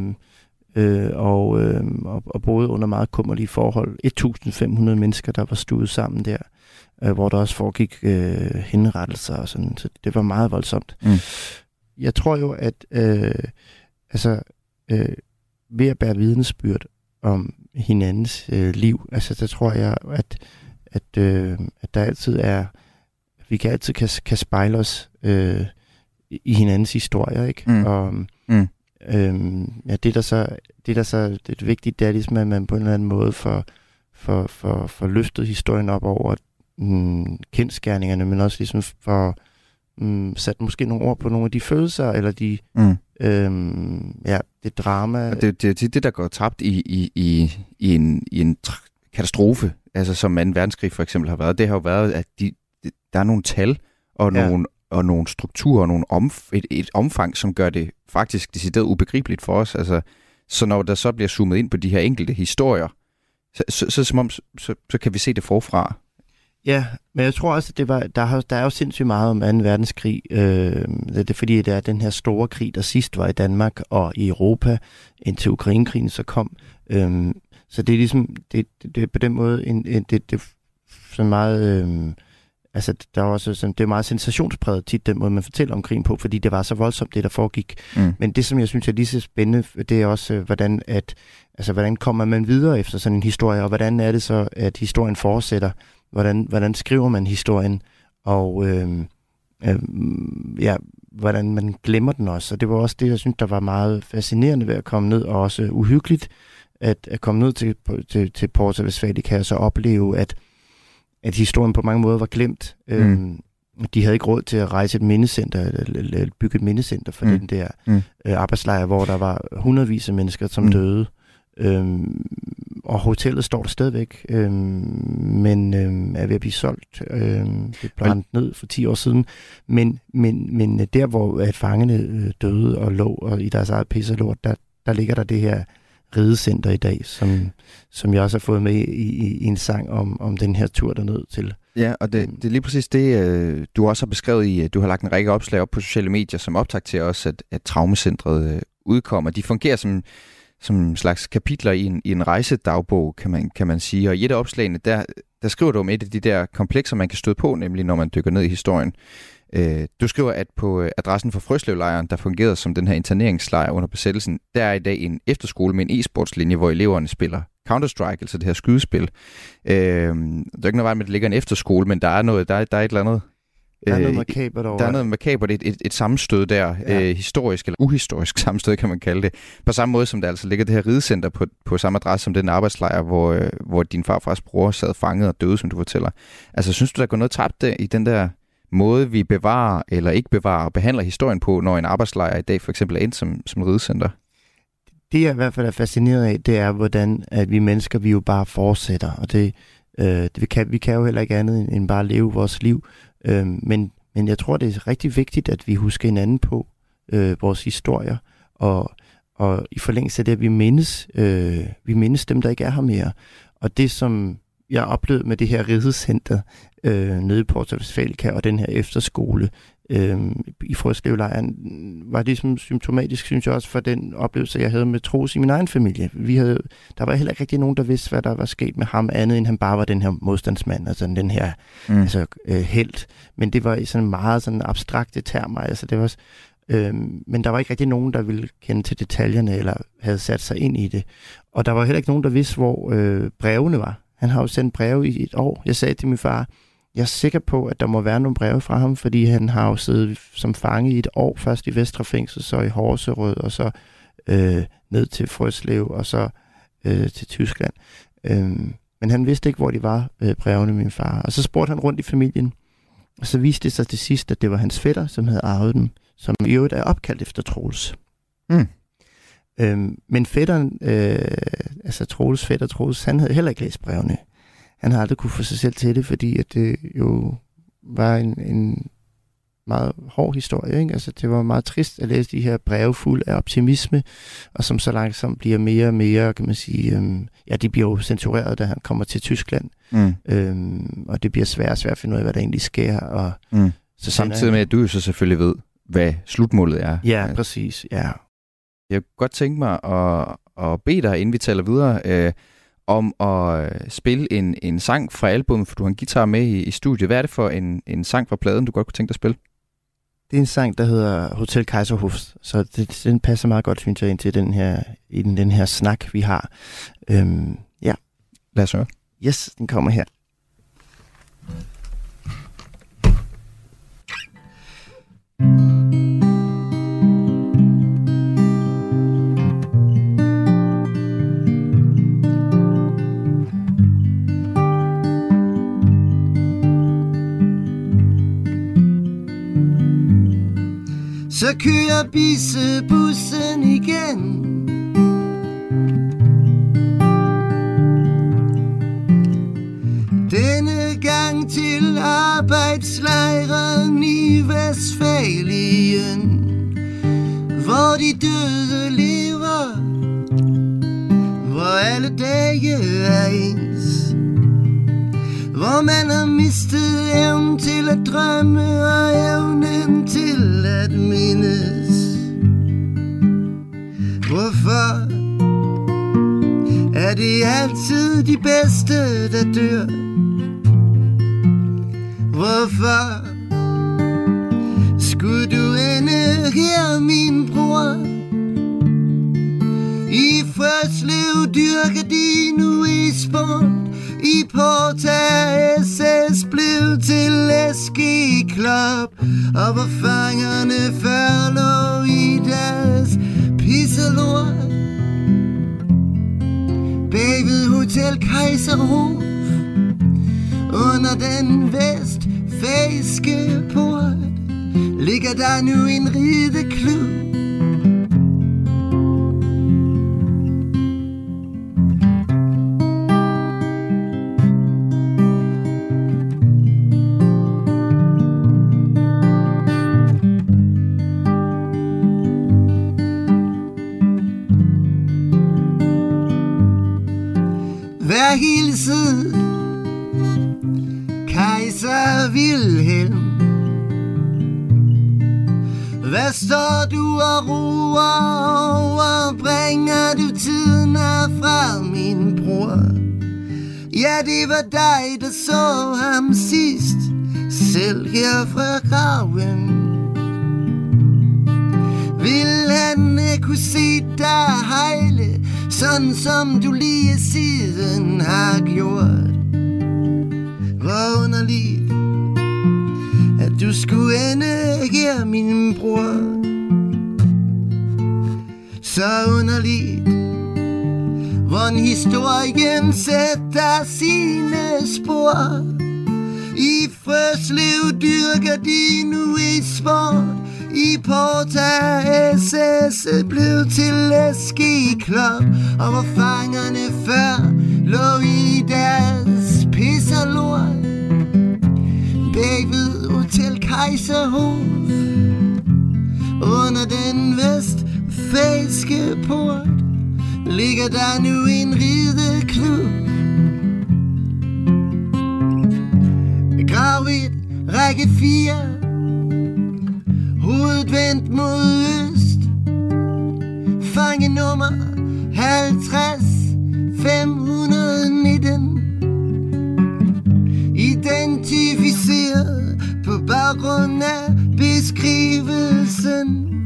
og boede under meget kummerlige forhold. 1.500 mennesker, der var stuet sammen der, hvor der også foregik henrettelser og sådan. Så det var meget voldsomt. Jeg tror jo, at ved at bære vidnesbyrd om hinandens liv, altså der tror jeg, at der altid er, vi kan altid kan spejle os i hinandens historier, ikke? Og det der så det vigtige, det er ligesom, at man på en eller anden måde får løftet historien op over kendsgerningerne, men også ligesom for sat måske nogle ord på nogle af de følelser, eller de det drama. Det der går tabt i en katastrofe, altså som 2. verdenskrig for eksempel har været, det har jo været, at der er nogle tal og nogle strukturer og et omfang, som gør det faktisk decideret ubegribeligt for os. Altså, så når der så bliver zoomet ind på de her enkelte historier, så kan vi se det forfra. Ja, men jeg tror også, at der er jo sindssygt meget om 2. verdenskrig. Det er fordi, det er den her store krig, der sidst var i Danmark og i Europa, indtil Ukrainekrigen så kom. Så det er ligesom, det er på den måde, det er sådan meget... der er også sådan, det er meget sensationspræget tit, den måde, man fortæller om krigen på, fordi det var så voldsomt, det der foregik. Men det, som jeg synes er lige så spændende, det er også, hvordan kommer man videre efter sådan en historie, og hvordan er det så, at historien fortsætter? Hvordan skriver man historien? Og hvordan man glemmer den også. Og det var også det, jeg synes, der var meget fascinerende ved at komme ned, og også uhyggeligt at komme ned til Porta Westfalica, og så opleve, at historien på mange måder var glemt. De havde ikke råd til at rejse et mindecenter, eller bygge et mindecenter for den der arbejdslejr, hvor der var hundredvis af mennesker, som døde. Og hotellet står der stadigvæk, men er ved at blive solgt. Det brændte ned for 10 år siden. Men der, hvor at fangene døde og lå og i deres eget pisse og lort, der ligger der det her ridecenter i dag, som jeg også har fået med i en sang om den her tur derned til. Ja, og det er lige præcis det, du også har beskrevet du har lagt en række opslag op på sociale medier, som optag til os, at Traumecentret udkommer. De fungerer som en slags kapitler i en rejsedagbog, kan man sige. Og i et af opslagene, der skriver du om et af de der komplekser, man kan støde på, nemlig når man dykker ned i historien. Du skriver, at på adressen for Frøslevlejren, der fungerede som den her interneringslejr under besættelsen, der er i dag en efterskole med en e-sportslinje, hvor eleverne spiller Counter-Strike, altså det her skydespil. Der er ikke noget vej med, at det ligger en efterskole, men der er et eller andet. Der er noget makabert over. Der er noget makabert, et sammenstød der, historisk eller uhistorisk sammenstød, kan man kalde det. På samme måde som der altså ligger det her ridecenter på samme adresse som den arbejdslejr, hvor din farfars bror sad fanget og døde, som du fortæller. Altså, synes du, der går noget tabt i den der måde, vi bevarer eller ikke bevarer og behandler historien på, når en arbejdslejr i dag for eksempel er endt som ridecenter? Det jeg i hvert fald er fascineret af, det er, hvordan at vi mennesker, vi jo bare fortsætter. Og vi kan jo heller ikke andet end bare leve vores liv. Men jeg tror, det er rigtig vigtigt, at vi husker hinanden på vores historier, og i forlængelse af det, at vi mindes dem, der ikke er her mere. Og det, som jeg oplevede med det her ridecenter nede i Porta Westfalica og den her efterskole i Frøslevlejren, var det som symptomatisk, synes jeg også, for den oplevelse, jeg havde med Troels i min egen familie. Der var heller ikke rigtig nogen, der vidste, hvad der var sket med ham, andet end han bare var den her modstandsmand, altså den her helt. Men det var i sådan meget sådan abstrakte termer. Altså det var også, Men der var ikke rigtig nogen, der ville kende til detaljerne, eller havde sat sig ind i det. Og der var heller ikke nogen, der vidste, hvor brevene var. Han har jo sendt breve i et år. Jeg sagde til min far, jeg er sikker på, at der må være nogle breve fra ham, fordi han har jo siddet som fange i et år, først i Vestre Fængsel, så i Horserød, og så ned til Frøslev, og så til Tyskland. Men han vidste ikke, hvor de var, brevene, min far. Og så spurgte han rundt i familien, og så viste det sig til sidst, at det var hans fætter, som havde arvet dem, som i øvrigt er opkaldt efter Troels. Men fætteren, altså Troels fætter Troels, han havde heller ikke læst brevene. Han har aldrig kunne få sig selv til det, fordi at det jo var en meget hård historie, ikke? Altså, det var meget trist at læse de her breve fuld af optimisme, og som så langsomt bliver mere og mere, kan man sige, de bliver jo censureret, da han kommer til Tyskland. Og det bliver svært at finde ud af, hvad der egentlig sker. Og så samtidig med, at du jo så selvfølgelig ved, hvad slutmålet er. Ja, præcis, ja. Jeg kunne godt tænke mig at bede dig, inden vi taler videre, om at spille en sang fra albumet, for du har en guitar med i studiet. Hvad er det for en sang fra pladen, du godt kunne tænke dig at spille? Det er en sang, der hedder Hotel Kaiserhof, så den passer meget godt, synes jeg, ind til den her snak, vi har. Ja. Lad os høre. Yes, den kommer her. Så kører bissebussen igen. Denne gang til arbejdslejren i Vestfalien, hvor de døde lever, hvor alle dage er ens, hvor man har mistet evnen til at drømme og evnen til at mindes. Hvorfor er det altid de bedste, der dør? Hvorfor skulle du ende her, min bror? I Frøslev dyrker de nu i sport, i Porta SS blev til SG Club, og hvor fangerne før lå i deres pisselort bagved Hotel Kaiserhof under den vestfalske port ligger der nu en rideklub. Vær hilset, Kejser Wilhelm. Hvad står du og roer over? Bringer du tiden herfra, min bror? Ja, det var dig, der så ham sidst, selv her fra graven. Vil han kunne se dig hejle, sådan som du lige siden har gjort? Hvor underligt, at du skulle ende her, min bror. Så underligt, hvordan historien sætter sine spor. I Frøslev dyrker de nu i sport, i Porta SS blev til SG Club, og hvor fangerne før lå i deres pisserlort bagved Hotel Kaiserhof under den vestfalske port ligger der nu en rideklub. Grav 1, række 4, hovedet vendt mod øst, fange nummer 50.519, identificeret på baggrund af beskrivelsen.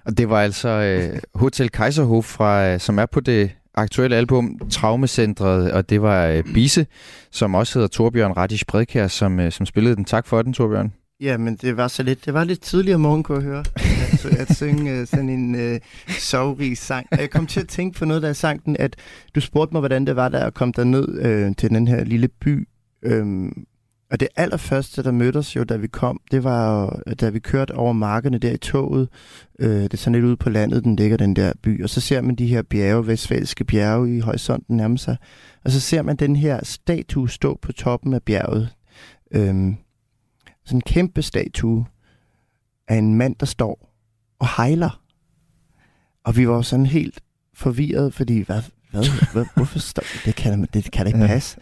Og det var altså Hotel Kaiserhof, som er på det aktuelle album Traumacentret, og det var Bisse, som også hedder Torbjørn Radish Bredkjær, som spillede den. Tak for den, Torbjørn. Ja, men det var lidt tidligere morgen, kunne jeg høre, at synge sådan en sovrig sang. Og jeg kom til at tænke på noget, der sang den, at du spurgte mig, hvordan det var der at komme derned til den her lille by. Og det allerførste, der mødte os jo, da vi kom, det var, da vi kørte over markerne der i toget. Det er sådan lidt ude på landet, den ligger, den der by. Og så ser man de her bjerge, vestfælske bjerge i horisonten nærmest sig. Og så ser man den her statue stå på toppen af bjerget. Sådan en kæmpe statue af en mand, der står og hejler. Og vi var sådan helt forvirret, fordi hvorfor står det? Det kan da ikke passe.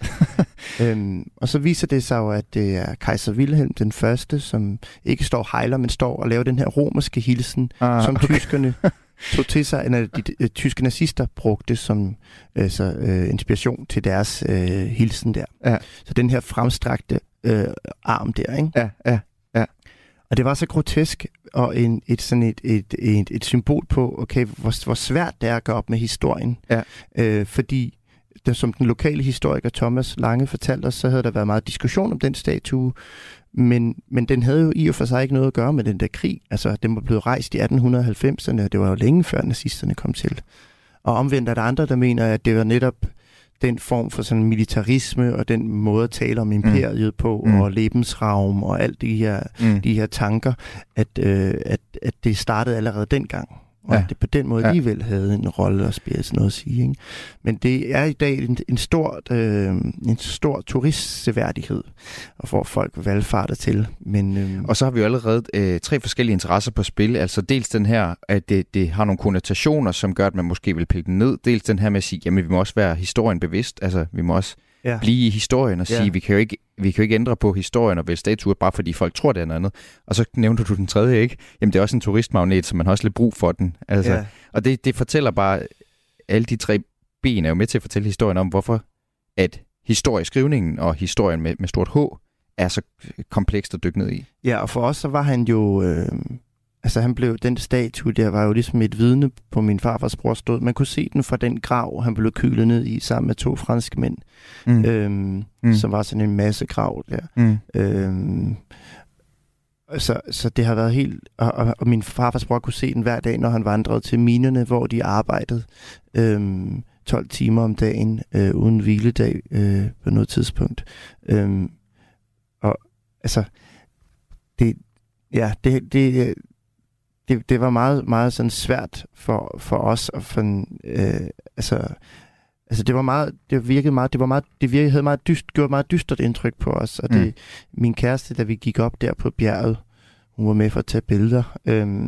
Og så viser det sig jo, at det er kejser Wilhelm den første, som ikke står og hejler, men står og laver den her romerske hilsen, som tyskerne tog til sig, eller de tyske nazister brugte som inspiration til deres hilsen der. Ja. Så den her fremstrakte arm der, ikke? Ja. Og det var så grotesk, og et symbol på, okay, hvor svært det er at gøre op med historien. Ja. Fordi, som den lokale historiker Thomas Lange fortalte os, så havde der været meget diskussion om den statue, men den havde jo i og for sig ikke noget at gøre med den der krig. Altså, den var blevet rejst i 1890'erne, og det var jo længe før nazisterne kom til. Og omvendt er der andre, der mener, at det var netop den form for sådan militarisme og den måde at tale om imperiet på og Lebensraum og alt de her tanker, at det startede allerede dengang. Og at det på den måde alligevel havde en rolle at spille sådan noget at sige. Ikke? Men det er i dag en stor turistseværdighed, og hvor folk valgfarter til. Og så har vi jo allerede 3 forskellige interesser på spil. Altså dels den her, at det har nogle konnotationer, som gør, at man måske vil pille den ned. Dels den her med at sige, jamen vi må også være historien bevidst. Altså vi må også blive i historien og sige, vi kan jo ikke ændre på historien og vælge statuer, bare fordi folk tror, det er noget andet. Og så nævnte du den tredje, ikke? Jamen det er også en turistmagnet, så man har også lidt brug for den. Altså, og det fortæller bare, alle de 3 ben er jo med til at fortælle historien om, hvorfor at historieskrivningen og historien med stort H er så komplekst at dykke ned i. Ja, og for os så var han jo... han blev, den statue der var jo ligesom et vidne på min farfars brors død. Man kunne se den fra den grav, han blev kølet ned i sammen med 2 franske mænd, som var sådan en masse grav der. Så det har været helt... Og min farfars bror kunne se den hver dag, når han vandrede til minerne, hvor de arbejdede 12 timer om dagen, uden hviledag på noget tidspunkt. Og altså... Det var meget, meget sådan svært for os at gjorde meget dystert indtryk på os, og det min kæreste, da vi gik op der på bjerget, hun var med for at tage billeder,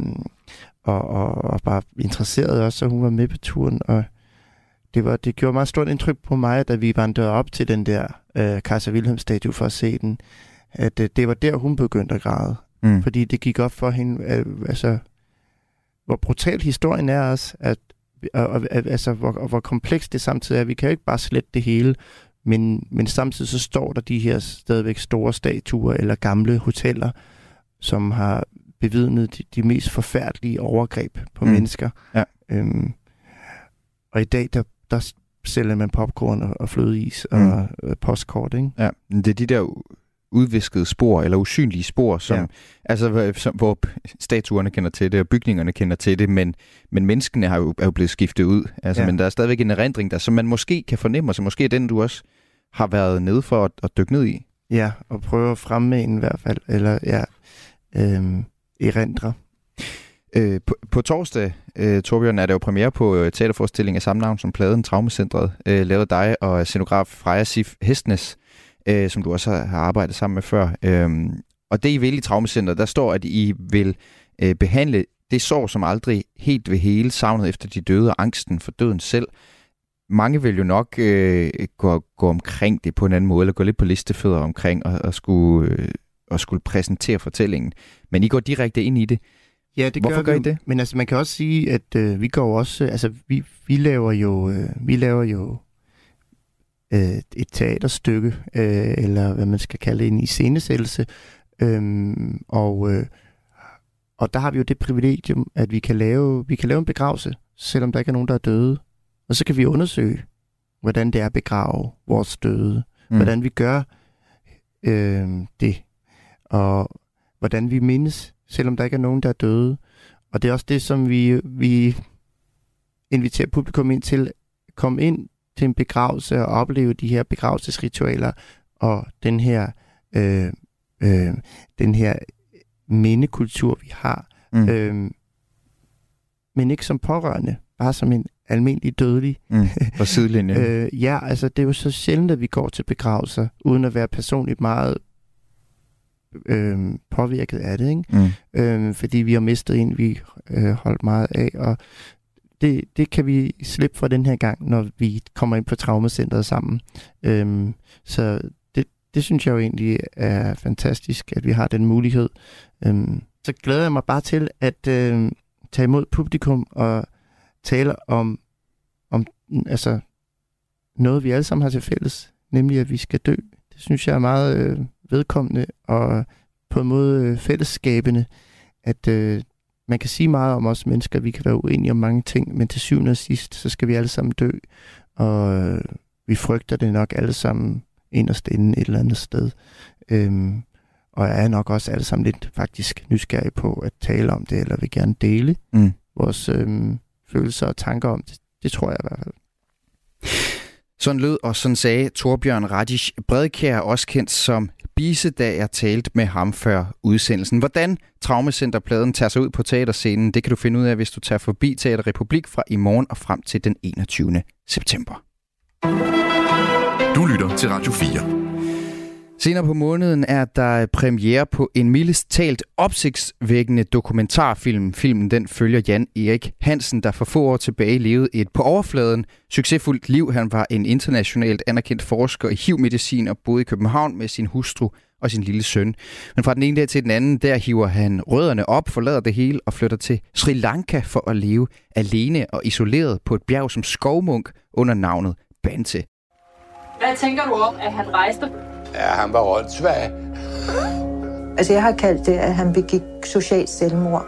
og bare interesseret også, så hun var med på turen, og det gjorde meget stort indtryk på mig, da vi vandrede op til den der kejser Wilhelm statue for at se den, at det var der, hun begyndte at græde. Fordi det gik op for hende, hvor brutal historien er også, hvor komplekst det samtidig er. Vi kan jo ikke bare slette det hele, men samtidig så står der de her stadigvæk store statuer eller gamle hoteller, som har bevidnet de mest forfærdelige overgreb på mennesker. Ja. Og i dag, der sælger man popcorn og flødeis og postkort, ikke? Ja, det er de der udviskede spor, eller usynlige spor, som, hvor statuerne kender til det, og bygningerne kender til det, men menneskene er jo blevet skiftet ud. Altså, men der er stadigvæk en erindring der, som man måske kan fornemme, og så måske er den, du også har været nede for at dykke ned i. Ja, og prøve at fremme en i hvert fald, eller erindre. På torsdag, Torbjørn, er der jo premiere på teaterforestilling af samme navn som pladen Traumacentret, lavet dig og scenograf Freja Sif Hestnes, som du også har arbejdet sammen med før. Og det I vil i Traumacentret, der står, at I vil behandle det sorg, som aldrig helt vil hele, savnet efter de døde og angsten for døden selv. Mange vil jo nok gå omkring det på en anden måde, eller gå lidt på listefødder omkring og skulle præsentere fortællingen. Men I går direkte ind i det. Ja, det hvorfor gør I det? Men altså, man kan også sige, at vi går også... Altså, vi laver jo et teaterstykke, eller hvad man skal kalde en iscenesættelse. Og der har vi jo det privilegium, at vi kan lave en begravelse, selvom der ikke er nogen, der er døde. Og så kan vi undersøge, hvordan det er at begrave vores døde. Hvordan vi gør det. Og hvordan vi mindes, selvom der ikke er nogen, der er døde. Og det er også det, som vi inviterer publikum ind til. Komme ind til en begravelse og opleve de her begravelsesritualer og den her mindekultur, vi har. Men ikke som pårørende, bare som en almindelig dødelig. På sidelinjen. Ja, altså det er jo så sjældent, at vi går til begravelser, uden at være personligt meget påvirket af det, ikke? Fordi vi har mistet en, vi holdt meget af, og det kan vi slippe for den her gang, når vi kommer ind på traumacentret sammen. Så det synes jeg jo egentlig er fantastisk, at vi har den mulighed. Så glæder jeg mig bare til at tage imod publikum og tale om altså noget, vi alle sammen har til fælles, nemlig at vi skal dø. Det synes jeg er meget vedkommende og på en måde fællesskabende, at man kan sige meget om os mennesker, vi kan være uenige om mange ting, men til syvende og sidst, så skal vi alle sammen dø, og vi frygter det nok alle sammen inderst inde et eller andet sted. Og jeg er nok også alle sammen lidt faktisk nysgerrig på at tale om det, eller vil gerne dele vores følelser og tanker om det. Det tror jeg i hvert fald. Sådan lød og sådan sagde Torbjørn Radish Bredkjær, også kendt som Bise, da jeg talte med ham før udsendelsen. Hvordan Traumecenterpladen tager sig ud på teaterscenen, det kan du finde ud af, hvis du tager forbi Teater Republik fra i morgen og frem til den 21. september. Du lytter til Radio 4. Senere på måneden er der premiere på en mildest talt opsigtsvækkende dokumentarfilm. Filmen den følger Jan Erik Hansen, der for få år tilbage levede et på overfladen succesfuldt liv. Han var en internationalt anerkendt forsker i HIV-medicin og boede i København med sin hustru og sin lille søn. Men fra den ene dag til den anden, der hiver han rødderne op, forlader det hele og flytter til Sri Lanka for at leve alene og isoleret på et bjerg som skovmunk under navnet Bante. Hvad tænker du om, at han rejste? Ja, han var åndssvag. Altså, jeg har kaldt det, at han begik socialt selvmord.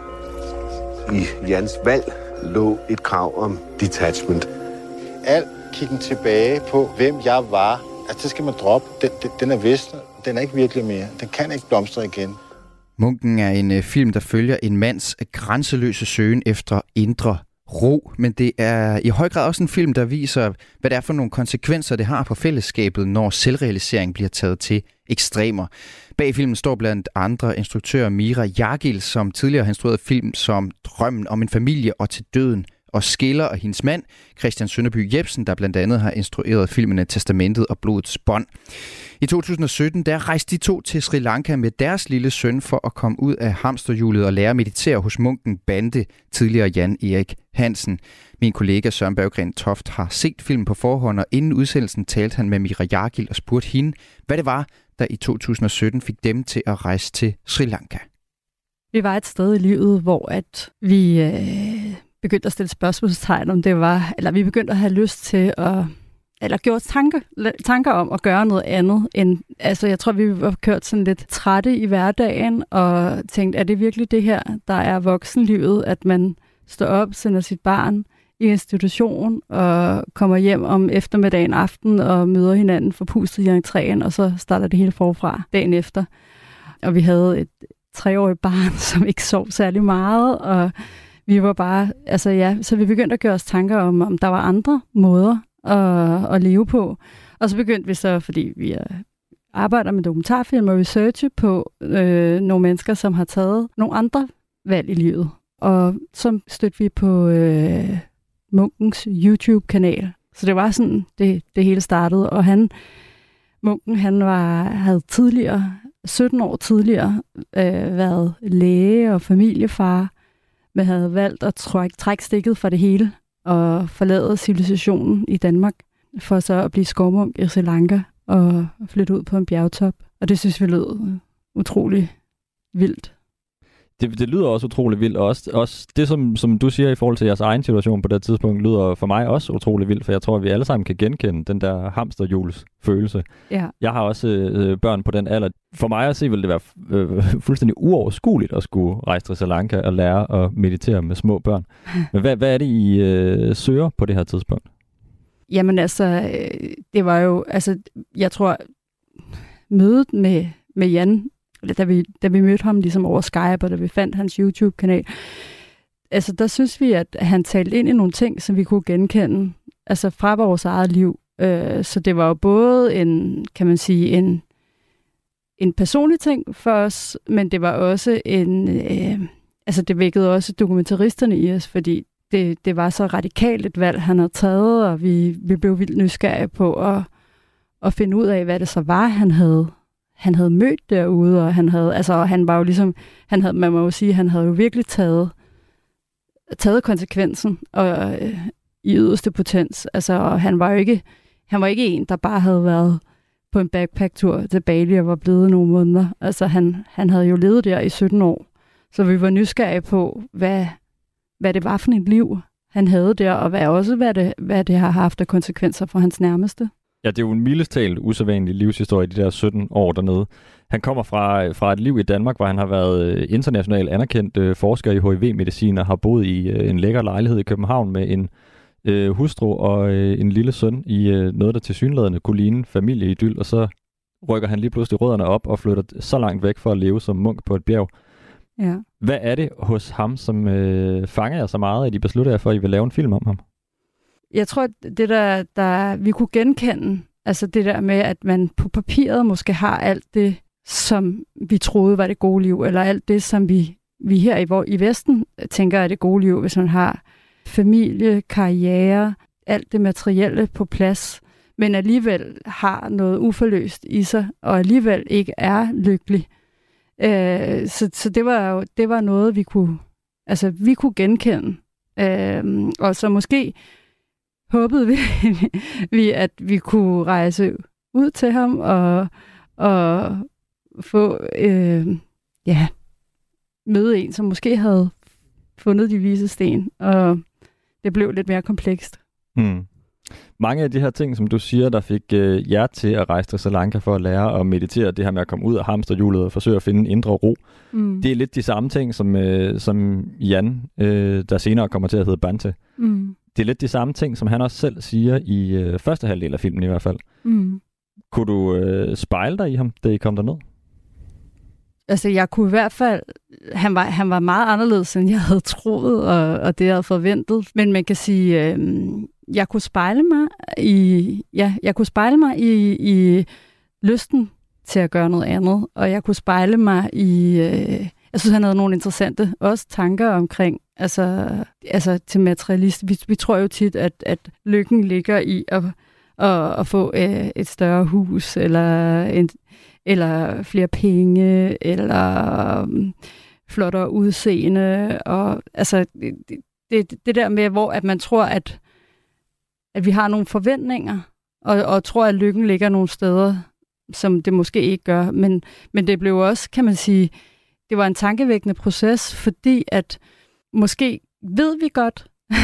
I Jans valg lå et krav om detachment. Al kiggen tilbage på, hvem jeg var, altså det skal man droppe. Den er visnet. Den er ikke virkelig mere. Den kan ikke blomstre igen. Munken er en film, der følger en mands grænseløse søgen efter indre ro, men det er i høj grad også en film, der viser, hvad det er for nogle konsekvenser, det har på fællesskabet, når selvrealisering bliver taget til ekstremer. Bag filmen står blandt andre instruktør Mira Jargil, som tidligere har instrueret film som Drømmen om en familie og Til døden og skiller, og hendes mand, Christian Sønderby Jebsen, der blandt andet har instrueret filmene Testamentet og Blodets bånd. I 2017, der rejste de to til Sri Lanka med deres lille søn for at komme ud af hamsterhjulet og lære at meditere hos munken Bante, tidligere Jan Erik Hansen. Min kollega Søren Berggren Toft har set filmen på forhånd, og inden udsendelsen talte han med Mira Jargil og spurgte hende, hvad det var, der i 2017 fik dem til at rejse til Sri Lanka. Vi var et sted i livet, hvor at vi begyndte at stille spørgsmålstegn om det var, eller vi begyndte at have lyst til at, eller gjort tanker om at gøre noget andet end, altså jeg tror, vi var kørt sådan lidt trætte i hverdagen, og tænkte, er det virkelig det her, der er voksenlivet, at man står op, sender sit barn i institution, og kommer hjem om eftermiddagen aften, og møder hinanden forpustet i entréen, og så starter det hele forfra dagen efter. Og vi havde et 3-årigt barn, som ikke sov særlig meget, og vi var bare, altså ja, så vi begyndte at gøre os tanker om der var andre måder at leve på. Og så begyndte vi så, fordi vi arbejder med dokumentarfilm og researche på nogle mennesker, som har taget nogle andre valg i livet. Og så stødte vi på Munkens YouTube-kanal. Så det var sådan, det hele startede. Og Munken, han havde tidligere, 17 år tidligere, været læge og familiefar, men havde valgt at trække stikket fra det hele og forlade civilisationen i Danmark, for så at blive skovmunk i Sri Lanka og flytte ud på en bjergtop. Og det synes vi lød utrolig vildt. Det lyder også utrolig vildt, og også det, som du siger i forhold til jeres egen situation på det tidspunkt, lyder for mig også utrolig vildt, for jeg tror, at vi alle sammen kan genkende den der hamsterhjuls følelse. Ja. Jeg har også børn på den alder. For mig at se, vil det være fuldstændig uoverskueligt at skulle rejse til Sri Lanka og lære at meditere med små børn. Men hvad er det, I søger på det her tidspunkt? Jamen altså, det var jo, altså, jeg tror, mødet med Jan, da vi mødte ham ligesom over Skype, og da vi fandt hans YouTube-kanal, altså der synes vi, at han talte ind i nogle ting, som vi kunne genkende, altså fra vores eget liv. Så det var jo både en, kan man sige, en personlig ting for os, men det var også altså det vækkede også dokumentaristerne i os, fordi det var så radikalt et valg, han havde taget, og vi blev vildt nysgerrige på at finde ud af, hvad det så var, han havde mødt derude, og han var jo ligesom, man må jo sige, han havde jo virkelig taget konsekvensen og i yderste potens. Altså, og han var ikke en, der bare havde været på en backpack-tur til Bali og var blevet nogle måneder. Altså, han havde jo levet der i 17 år. Så vi var nysgerrige på, hvad det var for et liv, han havde der, og hvad det har haft af konsekvenser for hans nærmeste. Ja, det er jo en mildest talt usædvanlig livshistorie, de der 17 år dernede. Han kommer fra et liv i Danmark, hvor han har været internationalt anerkendt forsker i HIV-medicin og har boet i en lækker lejlighed i København med en hustru og en lille søn i noget, der tilsyneladende kunne ligne familieidyl, og så rykker han lige pludselig rødderne op og flytter så langt væk for at leve som munk på et bjerg. Ja. Hvad er det hos ham, som fanger jer så meget, at I beslutter jer for, at I vil lave en film om ham? Jeg tror, at det der vi kunne genkende, altså det der med, at man på papiret måske har alt det, som vi troede var det gode liv, eller alt det, som vi her i Vesten tænker er det gode liv, hvis man har familie, karriere, alt det materielle på plads, men alligevel har noget uforløst i sig, og alligevel ikke er lykkelig. Så det var noget, vi kunne genkende. Og så måske håbede vi, at vi kunne rejse ud til ham og få møde en, som måske havde fundet de vise sten, og det blev lidt mere komplekst. Mm. Mange af de her ting, som du siger, der fik jer til at rejse til Sri Lanka for at lære at meditere, det her med at komme ud af hamsterhjulet og forsøge at finde en indre ro, det er lidt de samme ting, som Jan, der senere kommer til at hedde Bhante. Mm. Det er lidt de samme ting, som han også selv siger i første halvdel af filmen i hvert fald. Mm. Kunne du spejle dig i ham, da I kom derned? Altså, jeg kunne i hvert fald... Han var meget anderledes, end jeg havde troet, og det jeg havde forventet. Men man kan sige, jeg kunne spejle mig i lysten til at gøre noget andet, og jeg kunne spejle mig i... jeg synes, han havde nogle interessante også tanker omkring, altså til materialist. Vi tror jo tit, at lykken ligger i at få et større hus, eller flere penge, eller flottere udseende, og altså det der med, hvor at man tror, at vi har nogle forventninger, og tror, at lykken ligger nogle steder, som det måske ikke gør, men det blev også, kan man sige, det var en tankevækkende proces, fordi at måske ved vi godt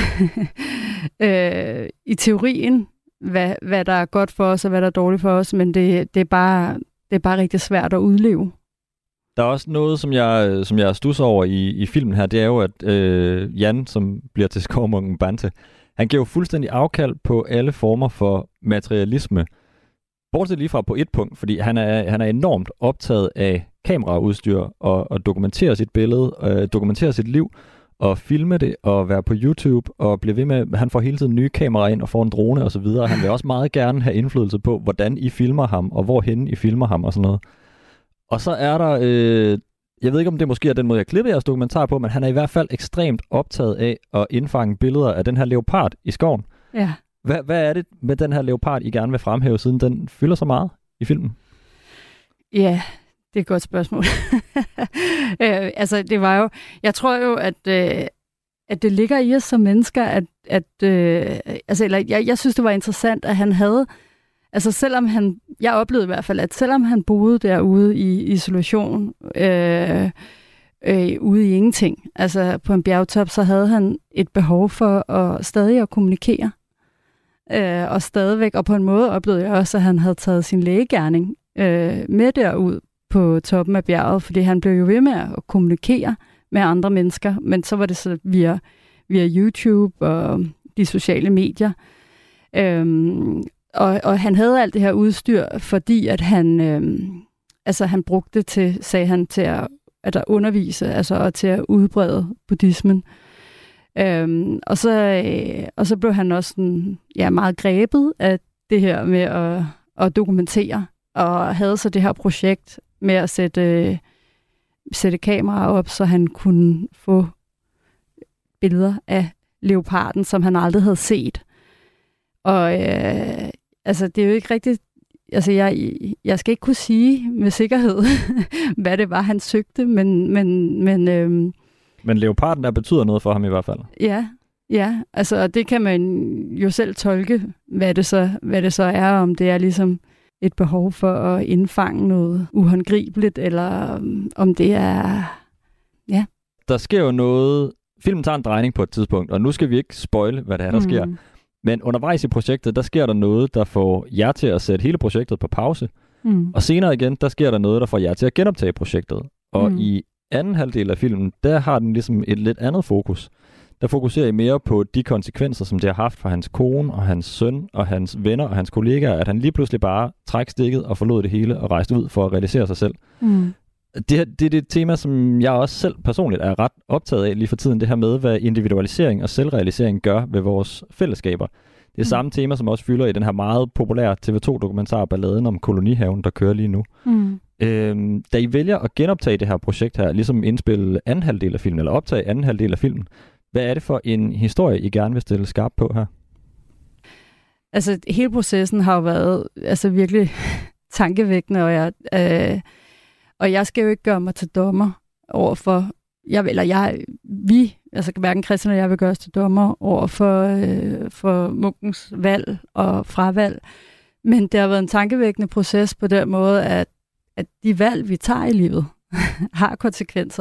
i teorien, hvad der er godt for os, og hvad der er dårligt for os, men det er bare rigtig svært at udleve. Der er også noget, som jeg stusser over i filmen her, det er jo, at Jan, som bliver til skovmunken Bhante, han giver jo fuldstændig afkald på alle former for materialisme. Bortset lige fra på et punkt, fordi han er enormt optaget af kameraudstyr og dokumentere sit billede, dokumentere sit liv, og filme det, og være på YouTube, og blive ved med, han får hele tiden nye kameraer ind, og får en drone og så videre. Han vil også meget gerne have indflydelse på, hvordan I filmer ham, og hvorhen I filmer ham og sådan noget. Og så er der, jeg ved ikke, om det måske er den måde, jeg klipper jeres dokumentar på, men han er i hvert fald ekstremt optaget af at indfange billeder af den her leopard i skoven. Ja. Hvad er det med den her leopard, I gerne vil fremhæve, siden den fylder så meget i filmen? Ja, det er et godt spørgsmål. Altså, det var jo... Jeg tror jo, at det ligger i os som mennesker, jeg synes, det var interessant, at han havde... Altså, selvom han... Jeg oplevede i hvert fald, at selvom han boede derude i isolation, ude i ingenting. Altså på en bjergtop, så havde han et behov for stadig at kommunikere. Og stadigvæk, og på en måde oplevede jeg også, at han havde taget sin lægegerning med derud på toppen af bjerget, fordi han blev jo ved med at kommunikere med andre mennesker, men så var det så via YouTube og de sociale medier. Og han havde alt det her udstyr, fordi at han brugte det til, sagde han, til at undervise, og til at udbrede buddhismen. Og så blev han også sådan, meget grebet af det her med at dokumentere, og havde så det her projekt med at sætte kameraer op, så han kunne få billeder af leoparden, som han aldrig havde set. Og det er jo ikke rigtigt. Altså, jeg skal ikke kunne sige med sikkerhed, hvad det var, han søgte, men leoparden der betyder noget for ham i hvert fald. Ja, altså det kan man jo selv tolke, hvad det så er, om det er ligesom et behov for at indfange noget uhåndgribeligt, eller om det er, Der sker jo noget, filmen tager en drejning på et tidspunkt, og nu skal vi ikke spoile, hvad det er, der sker. Men undervejs i projektet, der sker der noget, der får jer til at sætte hele projektet på pause. Og senere igen, der sker der noget, der får jer til at genoptage projektet. Og i anden halvdel af filmen, der har den ligesom et lidt andet fokus. Der fokuserer I mere på de konsekvenser, som det har haft for hans kone og hans søn og hans venner og hans kollegaer, at han lige pludselig bare træk stikket og forlod det hele og rejste ud for at realisere sig selv. Det er det tema, som jeg også selv personligt er ret optaget af lige for tiden, det her med, hvad individualisering og selvrealisering gør ved vores fællesskaber. Det er samme tema, som også fylder i den her meget populære TV2-dokumentar Balladen om kolonihaven, der kører lige nu. Da I vælger at genoptage det her projekt her, ligesom indspille anden halvdel af filmen, eller optage anden halvdel af filmen, hvad er det for en historie, I gerne vil stille skarp på her? Altså, hele processen har jo været virkelig tankevækkende, og jeg skal jo ikke gøre mig til dommer overfor, hverken Christian og jeg vil gøre os til dommer over for Munkens valg og fravalg. Men det har været en tankevækkende proces på den måde, at de valg, vi tager i livet, har konsekvenser.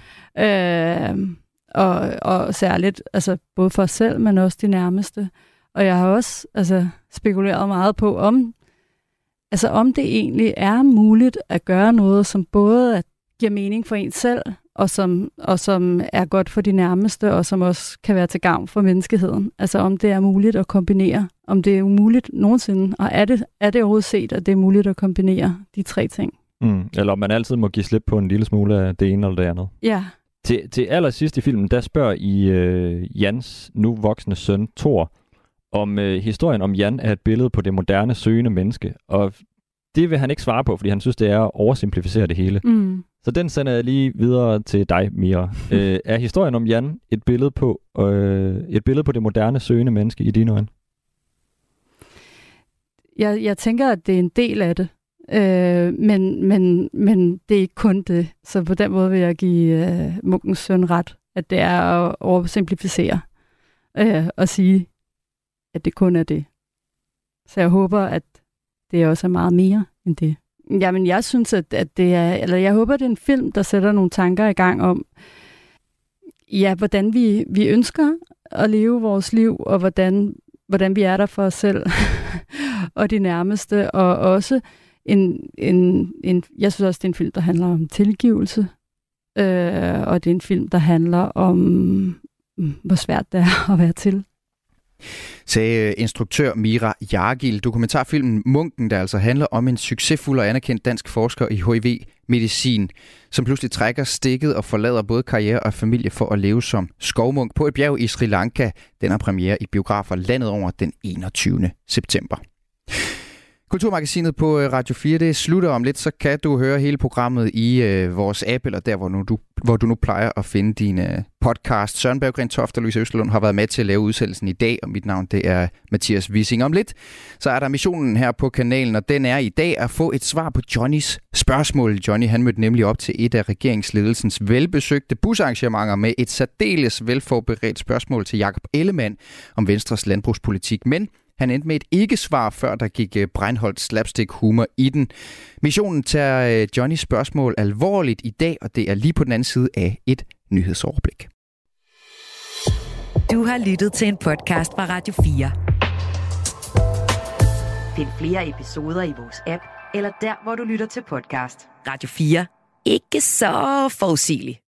Og særligt, både for os selv, men også de nærmeste. Og jeg har også spekuleret meget på, om det egentlig er muligt at gøre noget, som både giver mening for en selv, og som er godt for de nærmeste, og som også kan være til gavn for menneskeheden. Altså om det er muligt at kombinere, om det er umuligt nogensinde, og er det overhovedet set, at det er muligt at kombinere de tre ting. Eller om man altid må give slip på en lille smule af det ene eller det andet. Ja. Til allersidst i filmen, der spørger I Jans nu voksne søn, Thor, om historien om Jan er et billede på det moderne søgende menneske. Og det vil han ikke svare på, fordi han synes, det er at oversimplificere det hele. Så den sender jeg lige videre til dig, Mira. Er historien om Jan et billede på det moderne søgende menneske i dine øjne? Jeg tænker, at det er en del af det. Men det er ikke kun det. Så på den måde vil jeg give Munkens søn ret, at det er at oversimplificere og sige, at det kun er det. Så jeg håber, at det også er meget mere end det. Jamen, jeg synes, at det er, eller jeg håber, at det er en film, der sætter nogle tanker i gang om, hvordan vi ønsker at leve vores liv, og hvordan vi er der for os selv og de nærmeste, og også jeg synes også, det er en film, der handler om tilgivelse, og det er en film, der handler om, hvor svært det er at være til. Sagde instruktør Mira Jargil. Dokumentarfilmen Munken, der altså handler om en succesfuld og anerkendt dansk forsker i HIV-medicin, som pludselig trækker stikket og forlader både karriere og familie for at leve som skovmunk på et bjerg i Sri Lanka. Den har premiere i biografer landet over den 21. september. Kulturmagasinet på Radio 4, det slutter om lidt, så kan du høre hele programmet i vores app, eller der, hvor du nu plejer at finde dine podcast. Søren Berggren Toft og Louise Østerlund har været med til at lave udsendelsen i dag, og mit navn det er Mathias Wissing. Om lidt, så er der missionen her på kanalen, og den er i dag at få et svar på Johnnys spørgsmål. Johnny, han mødte nemlig op til et af regeringsledelsens velbesøgte busarrangementer med et særdeles velforberedt spørgsmål til Jakob Ellemann om Venstres landbrugspolitik, men Han endte med et ikke-svar, før der gik Breinholt slapstick-humor i den. Missionen tager Johnnys spørgsmål alvorligt i dag, og det er lige på den anden side af et nyhedsoverblik. Du har lyttet til en podcast fra Radio 4. Find flere episoder i vores app, eller der, hvor du lytter til podcast. Radio 4. Ikke så forudsigeligt.